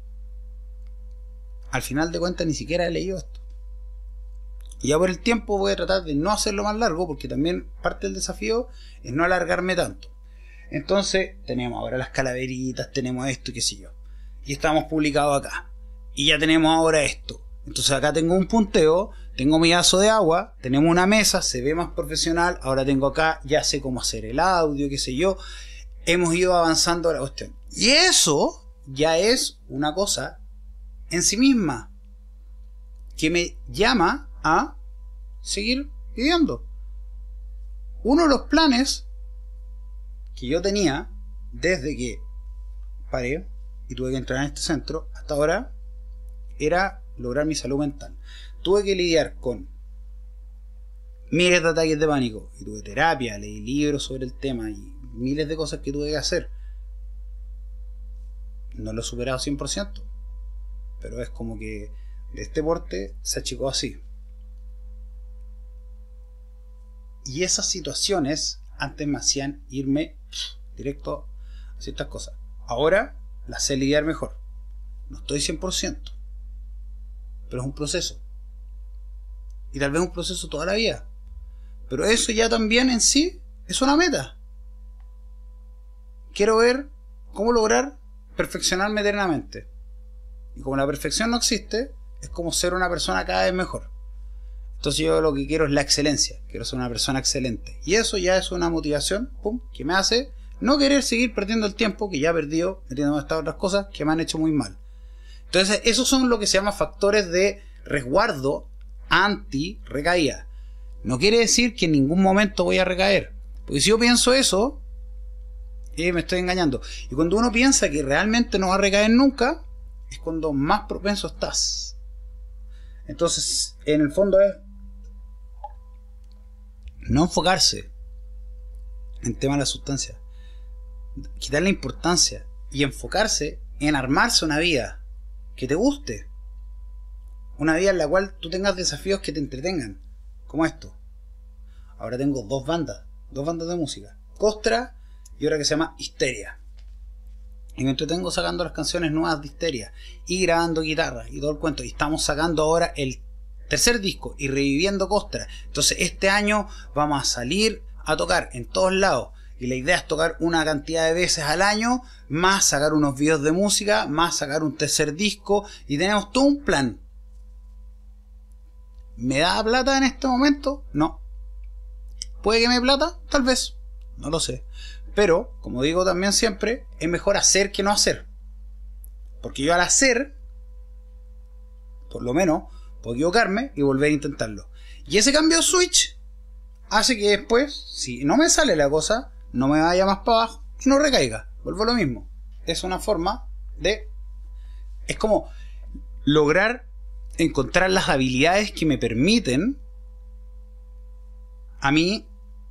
Al final de cuentas ni siquiera he leído esto. Y ya por el tiempo voy a tratar de no hacerlo más largo, porque también parte del desafío es no alargarme tanto. Entonces tenemos ahora las calaveritas, tenemos esto y qué sé yo. Y estamos publicados acá. Y ya tenemos ahora esto. Entonces acá tengo un punteo, tengo mi vaso de agua, tenemos una mesa, se ve más profesional. Ahora tengo acá, ya sé cómo hacer el audio, qué sé yo. Hemos ido avanzando la cuestión. Y eso ya es una cosa en sí misma que me llama a seguir viviendo. Uno de los planes que yo tenía desde que paré y tuve que entrar en este centro hasta ahora era lograr mi salud mental. Tuve que lidiar con miles de ataques de pánico, y tuve terapia, leí libros sobre el tema y miles de cosas que tuve que hacer. No lo he superado 100%, pero es como que de este porte se achicó así. Y esas situaciones antes me hacían irme directo a ciertas cosas. Ahora las sé lidiar mejor. No estoy 100%, pero es un proceso. Y tal vez un proceso toda la vida. Pero eso ya también en sí es una meta. Quiero ver cómo lograr perfeccionarme eternamente. Y como la perfección no existe, es como ser una persona cada vez mejor. Entonces yo lo que quiero es la excelencia. Quiero ser una persona excelente. Y eso ya es una motivación, que me hace no querer seguir perdiendo el tiempo que ya he perdido metiéndome en estas otras cosas que me han hecho muy mal. Entonces esos son lo que se llama factores de resguardo anti recaída. No quiere decir que en ningún momento voy a recaer. Porque si yo pienso eso, me estoy engañando. Y cuando uno piensa que realmente no va a recaer nunca, es cuando más propenso estás. Entonces, en el fondo es no enfocarse en temas de la sustancia. Quitarle importancia y enfocarse en armarse una vida que te guste. Una vida en la cual tú tengas desafíos que te entretengan. Como esto. Ahora tengo dos bandas de música. Costra y otra que se llama Histeria. Y me entretengo sacando las canciones nuevas de Histeria. Y grabando guitarra y todo el cuento. Y estamos sacando ahora el tercer disco y reviviendo Costra. Entonces este año vamos a salir a tocar en todos lados. Y la idea es tocar una cantidad de veces al año. Más sacar unos videos de música. Más sacar un tercer disco. Y tenemos todo un plan. ¿Me da plata en este momento? No. ¿Puede que me dé plata? Tal vez. No lo sé. Pero, como digo también siempre, es mejor hacer que no hacer. Porque yo al hacer, por lo menos, puedo equivocarme y volver a intentarlo. Y ese cambio de switch hace que después, si no me sale la cosa, no me vaya más para abajo y no recaiga. Vuelvo a lo mismo. Es una forma de... Es como lograr encontrar las habilidades que me permiten a mí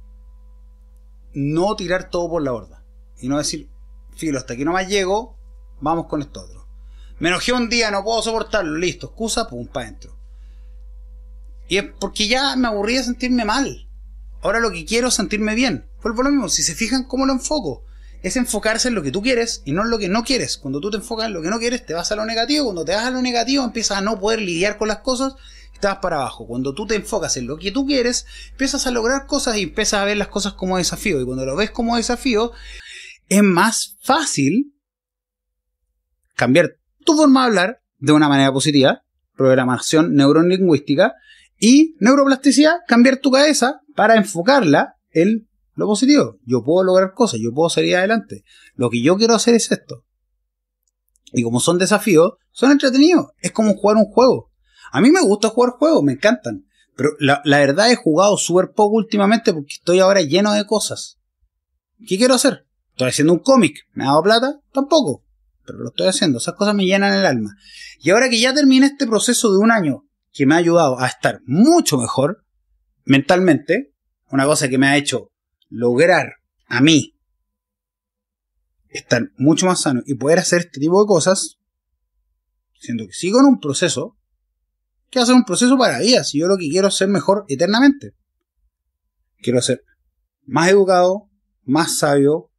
no tirar todo por la borda y no decir, filo, hasta aquí nomás llego, vamos con esto otro. Me enojé un día, no puedo soportarlo, listo, excusa, pum, para adentro. Y es porque ya me aburrí de sentirme mal. Ahora lo que quiero es sentirme bien. Vuelvo a lo mismo, si se fijan cómo lo enfoco, es enfocarse en lo que tú quieres y no en lo que no quieres. Cuando tú te enfocas en lo que no quieres, te vas a lo negativo. Cuando te vas a lo negativo, empiezas a no poder lidiar con las cosas y te vas para abajo. Cuando tú te enfocas en lo que tú quieres, empiezas a lograr cosas y empiezas a ver las cosas como desafío. Y cuando lo ves como desafío, es más fácil cambiar tu forma de hablar de una manera positiva, programación neurolingüística, y neuroplasticidad, cambiar tu cabeza para enfocarla en lo positivo. Yo puedo lograr cosas, yo puedo salir adelante. Lo que yo quiero hacer es esto. Y como son desafíos, son entretenidos. Es como jugar un juego. A mí me gusta jugar juegos, me encantan. Pero la verdad he jugado súper poco últimamente porque estoy ahora lleno de cosas. ¿Qué quiero hacer? ¿Estoy haciendo un cómic? ¿Me ha dado plata? Tampoco. Pero lo estoy haciendo. Esas cosas me llenan el alma. Y ahora que ya terminé este proceso de un año que me ha ayudado a estar mucho mejor mentalmente, una cosa que me ha hecho lograr a mí estar mucho más sano y poder hacer este tipo de cosas, siendo que sigo en un proceso, que va a ser un proceso para vida. Si yo lo que quiero es ser mejor eternamente, quiero ser más educado, más sabio,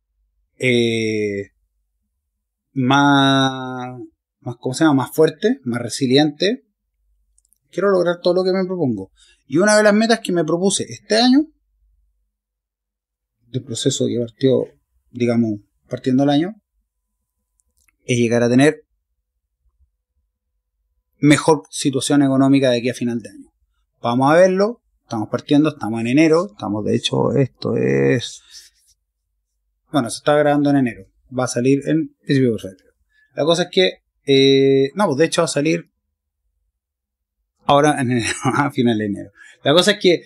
más ¿cómo se llama? Más fuerte, más resiliente. Quiero lograr todo lo que me propongo. Y una de las metas que me propuse este año, del proceso que partió, digamos, partiendo el año, es llegar a tener mejor situación económica de aquí a final de año. Vamos a verlo, estamos partiendo, estamos en enero, de hecho, esto es... Bueno, se está grabando en enero, va a salir en principio de febrero. La cosa es que, pues de hecho va a salir ahora en enero, a final de enero. La cosa es que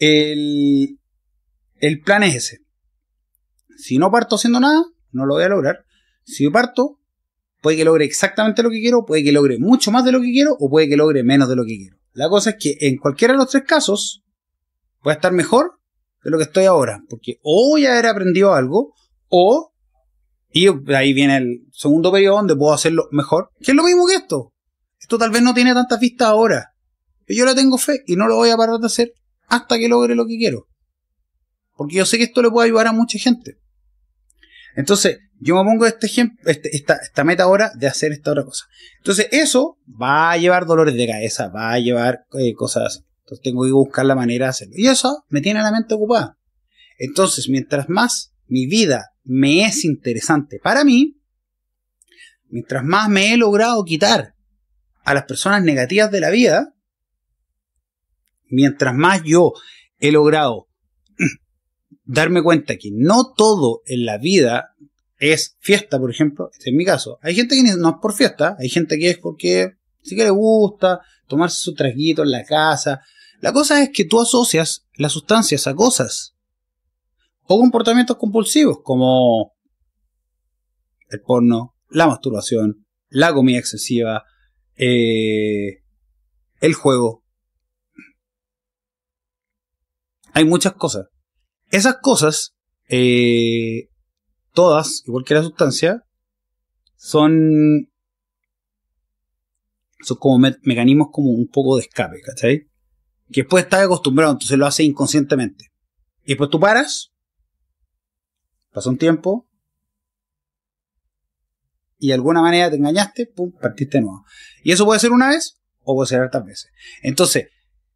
el plan es ese. Si no parto haciendo nada, no lo voy a lograr. Si parto, Puede que logre exactamente lo que quiero, puede que logre mucho más de lo que quiero, o puede que logre menos de lo que quiero. La cosa es que en cualquiera de los tres casos voy a estar mejor de lo que estoy ahora, porque o voy a haber aprendido algo, y ahí viene el segundo periodo donde puedo hacerlo mejor, que es lo mismo que esto. Esto tal vez no tiene tantas vistas ahora, pero yo le tengo fe y no lo voy a parar de hacer hasta que logre lo que quiero. Porque yo sé que esto le puede ayudar a mucha gente. Entonces, yo me pongo este ejemplo, esta meta ahora de hacer esta otra cosa. Entonces, eso va a llevar dolores de cabeza, va a llevar cosas así. Entonces, tengo que buscar la manera de hacerlo. Y eso me tiene la mente ocupada. Entonces, mientras más mi vida me es interesante para mí, mientras más me he logrado quitar a las personas negativas de la vida, mientras más yo he logrado darme cuenta que no todo en la vida es fiesta, por ejemplo, este es mi caso. Hay gente que no es por fiesta, hay gente que es porque sí que le gusta tomarse su traguito en la casa. La cosa es que tú asocias las sustancias a cosas o comportamientos compulsivos como el porno, la masturbación, la comida excesiva, el juego. Hay muchas cosas. Esas cosas, todas, igual que la sustancia, son como mecanismos como un poco de escape, ¿cachai? Que después estás acostumbrado, entonces lo haces inconscientemente. Y después tú paras, pasa un tiempo, y de alguna manera te engañaste, pum, partiste de nuevo. Y eso puede ser una vez, o puede ser hartas veces. Entonces,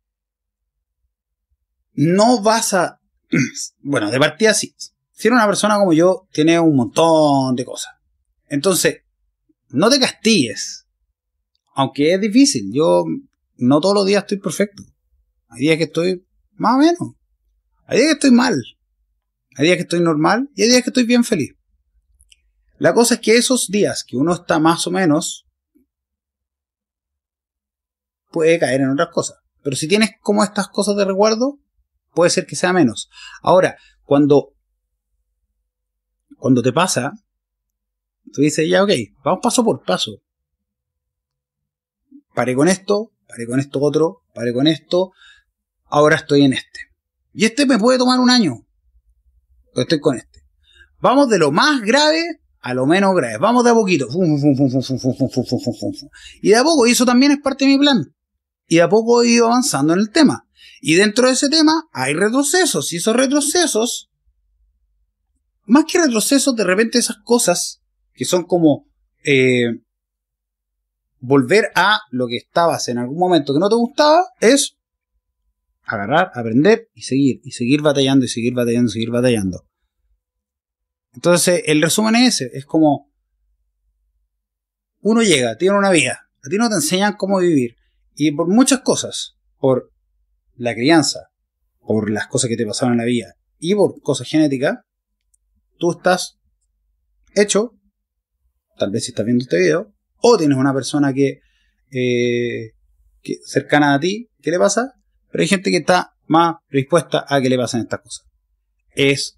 no vas a... Bueno, de partida sí. Si eres una persona como yo, tiene un montón de cosas. Entonces, no te castigues. Aunque es difícil. Yo no todos los días estoy perfecto. Hay días que estoy más o menos. Hay días que estoy mal. Hay días que estoy normal. Y hay días que estoy bien feliz. La cosa es que esos días que uno está más o menos, puede caer en otras cosas. Pero si tienes como estas cosas de resguardo, puede ser que sea menos. Ahora, cuando te pasa, tú dices, ya ok, vamos paso por paso. Paré con esto otro, paré con esto, ahora estoy en este. Y este me puede tomar un año, pero estoy con este. Vamos de lo más grave a lo menos grave. Vamos de a poquito. Y de a poco, y eso también es parte de mi plan. Y de a poco he ido avanzando en el tema. Y dentro de ese tema hay retrocesos. Y esos retrocesos, más que retrocesos, de repente esas cosas que son como volver a lo que estabas en algún momento que no te gustaba, es agarrar, aprender y seguir batallando y seguir batallando y seguir batallando. Entonces el resumen es ese, es como uno llega, tiene una vida, a ti no te enseñan cómo vivir, y por muchas cosas, por la crianza, por las cosas que te pasaron en la vida y por cosas genéticas, tú estás hecho, tal vez si estás viendo este video, o tienes una persona que cercana a ti, ¿qué le pasa? Pero hay gente que está más predispuesta a que le pasen estas cosas. Es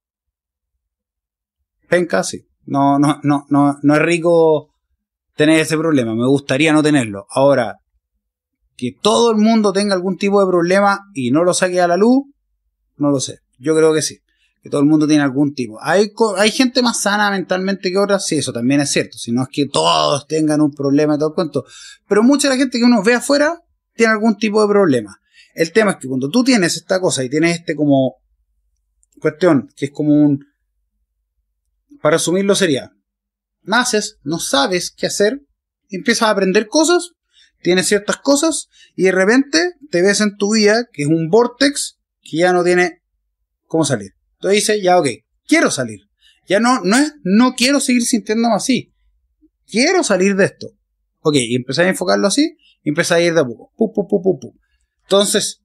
penca, sí. No es rico tener ese problema. Me gustaría no tenerlo. Ahora, que todo el mundo tenga algún tipo de problema y no lo saque a la luz, no lo sé. Yo creo que sí. Que todo el mundo tiene algún tipo. Hay gente más sana mentalmente que otras, sí, eso también es cierto. Si no es que todos tengan un problema y todo el cuento. Pero mucha de la gente que uno ve afuera tiene algún tipo de problema. El tema es que cuando tú tienes esta cosa y tienes como cuestión, que es como un... Para resumirlo sería, naces, no sabes qué hacer, empiezas a aprender cosas, tienes ciertas cosas y de repente te ves en tu vida que es un vortex que ya no tiene cómo salir. Entonces dices, ya ok, quiero salir. Ya no quiero seguir sintiéndome así. Quiero salir de esto. Ok, y empecé a enfocarlo así y empecé a ir de a poco. Entonces,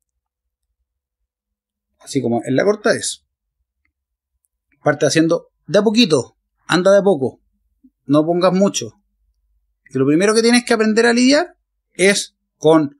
así como en la corta es, parte haciendo de a poquito, anda de a poco, no pongas mucho. Y lo primero que tienes que aprender a lidiar es con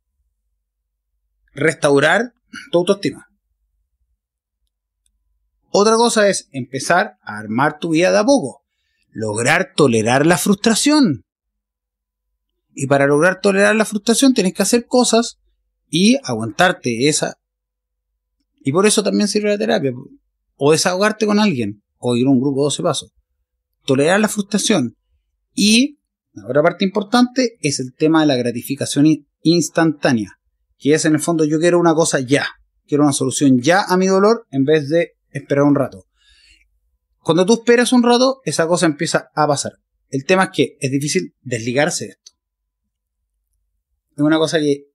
restaurar tu autoestima. Otra cosa es empezar a armar tu vida de a poco. lograr tolerar la frustración. Y para lograr tolerar la frustración tienes que hacer cosas y aguantarte esa. Y por eso también sirve la terapia. O desahogarte con alguien, o ir a un grupo de 12 pasos. Tolerar la frustración. Y la otra parte importante es el tema de la gratificación instantánea. Que es en el fondo, yo quiero una cosa ya. Quiero una solución ya a mi dolor en vez de esperar un rato. Cuando tú esperas un rato, esa cosa empieza a pasar. El tema es que es difícil desligarse de esto. Es una cosa que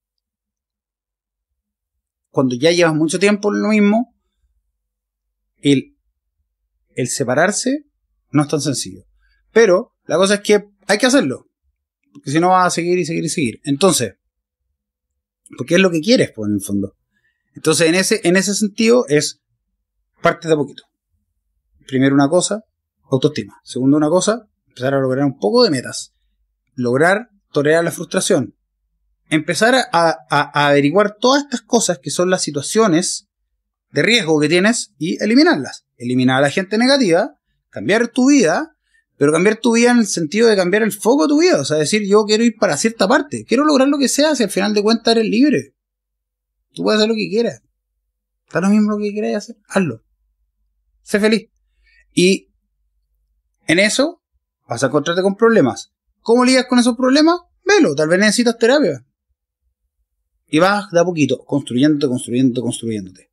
cuando ya llevas mucho tiempo en lo mismo, el separarse no es tan sencillo. Pero la cosa es que hay que hacerlo. Porque si no vas a seguir y seguir y seguir. Entonces, porque es lo que quieres, pues, en el fondo. Entonces, en ese sentido, es parte de a poquito. Primero una cosa, autoestima. Segundo una cosa, empezar a lograr un poco de metas. Lograr tolerar la frustración. Empezar a averiguar todas estas cosas que son las situaciones de riesgo que tienes y eliminarlas. Eliminar a la gente negativa, cambiar tu vida, pero cambiar tu vida en el sentido de cambiar el foco de tu vida. O sea, decir, yo quiero ir para cierta parte, quiero lograr lo que sea, si al final de cuentas eres libre. Tú puedes hacer lo que quieras. Está lo mismo lo que quieras hacer, hazlo. Sé feliz. Y en eso vas a encontrarte con problemas. ¿Cómo lidias con esos problemas? Velo, tal vez necesitas terapia. Y vas de a poquito, construyéndote.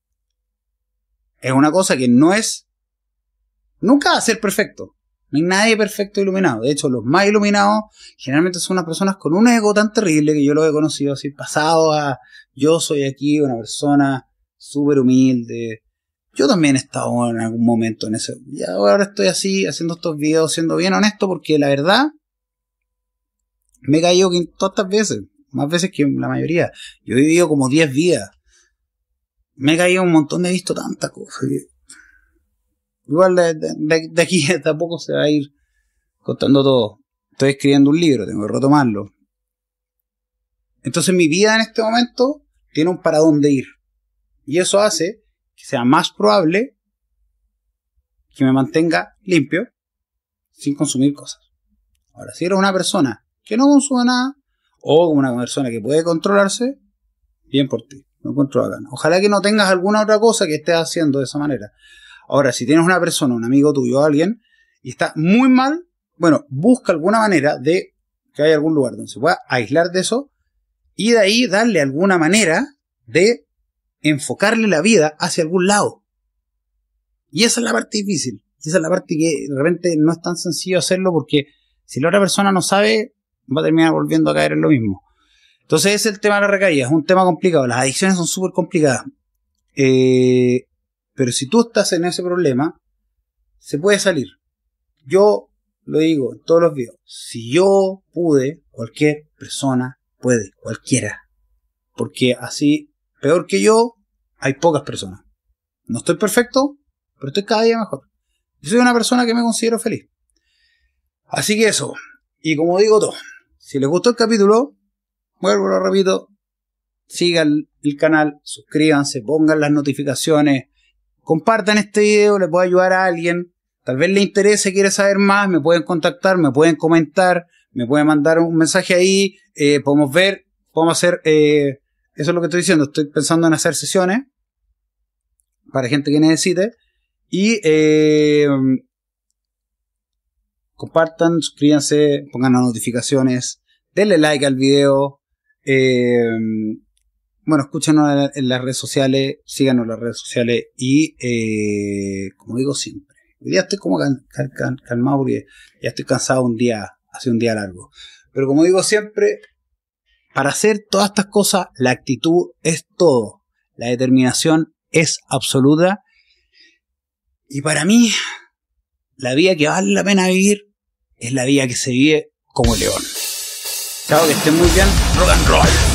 Es una cosa que no es... Nunca va a ser perfecto. No hay nadie perfecto iluminado. De hecho, los más iluminados generalmente son unas personas con un ego tan terrible que yo lo he conocido así, pasado a... Yo soy aquí una persona súper humilde. Yo también he estado en algún momento en eso. Y ahora estoy así, haciendo estos videos, siendo bien honesto, porque la verdad me he caído todas estas veces. Más veces que la mayoría. Yo he vivido como 10 vidas. Me he caído un montón, he visto tantas cosas. Igual de aquí tampoco se va a ir contando todo. Estoy escribiendo un libro, tengo que retomarlo. Entonces mi vida en este momento tiene un para dónde ir. Y eso hace que sea más probable que me mantenga limpio sin consumir cosas. Ahora, si eres una persona que no consume nada, o una persona que puede controlarse, bien por ti, no encuentro bacán. Ojalá que no tengas alguna otra cosa que estés haciendo de esa manera. Ahora, si tienes una persona, un amigo tuyo o alguien, y está muy mal, bueno, busca alguna manera de que haya algún lugar donde se pueda aislar de eso, y de ahí darle alguna manera de enfocarle la vida hacia algún lado. Y esa es la parte difícil. Y esa es la parte que de repente no es tan sencillo hacerlo, porque si la otra persona no sabe, va a terminar volviendo a caer en lo mismo. Entonces ese es el tema de la recaída. Es un tema complicado. Las adicciones son súper complicadas. Pero si tú estás en ese problema, se puede salir. Yo lo digo en todos los videos. Si yo pude, cualquier persona puede. Cualquiera. Porque así, peor que yo, hay pocas personas. No estoy perfecto, pero estoy cada día mejor. Yo soy una persona que me considero feliz. Así que eso. Y como digo todo, si les gustó el capítulo, vuelvo, lo repito, sigan el canal, suscríbanse, pongan las notificaciones, compartan este video, le puede ayudar a alguien, tal vez le interese, quiere saber más, me pueden contactar, me pueden comentar, me pueden mandar un mensaje ahí, podemos ver, podemos hacer, eso es lo que estoy diciendo, estoy pensando en hacer sesiones para gente que necesite, y compartan, suscríbanse, pongan las notificaciones, denle like al video, bueno, escúchenos en las redes sociales, síganos en las redes sociales y como digo siempre, hoy día estoy como calmado porque ya estoy cansado hace un día largo, pero como digo siempre, para hacer todas estas cosas la actitud es todo, la determinación es absoluta, y para mí la vida que vale la pena vivir es la vida que se vive como león. Chao, que estén muy bien. Rock and roll.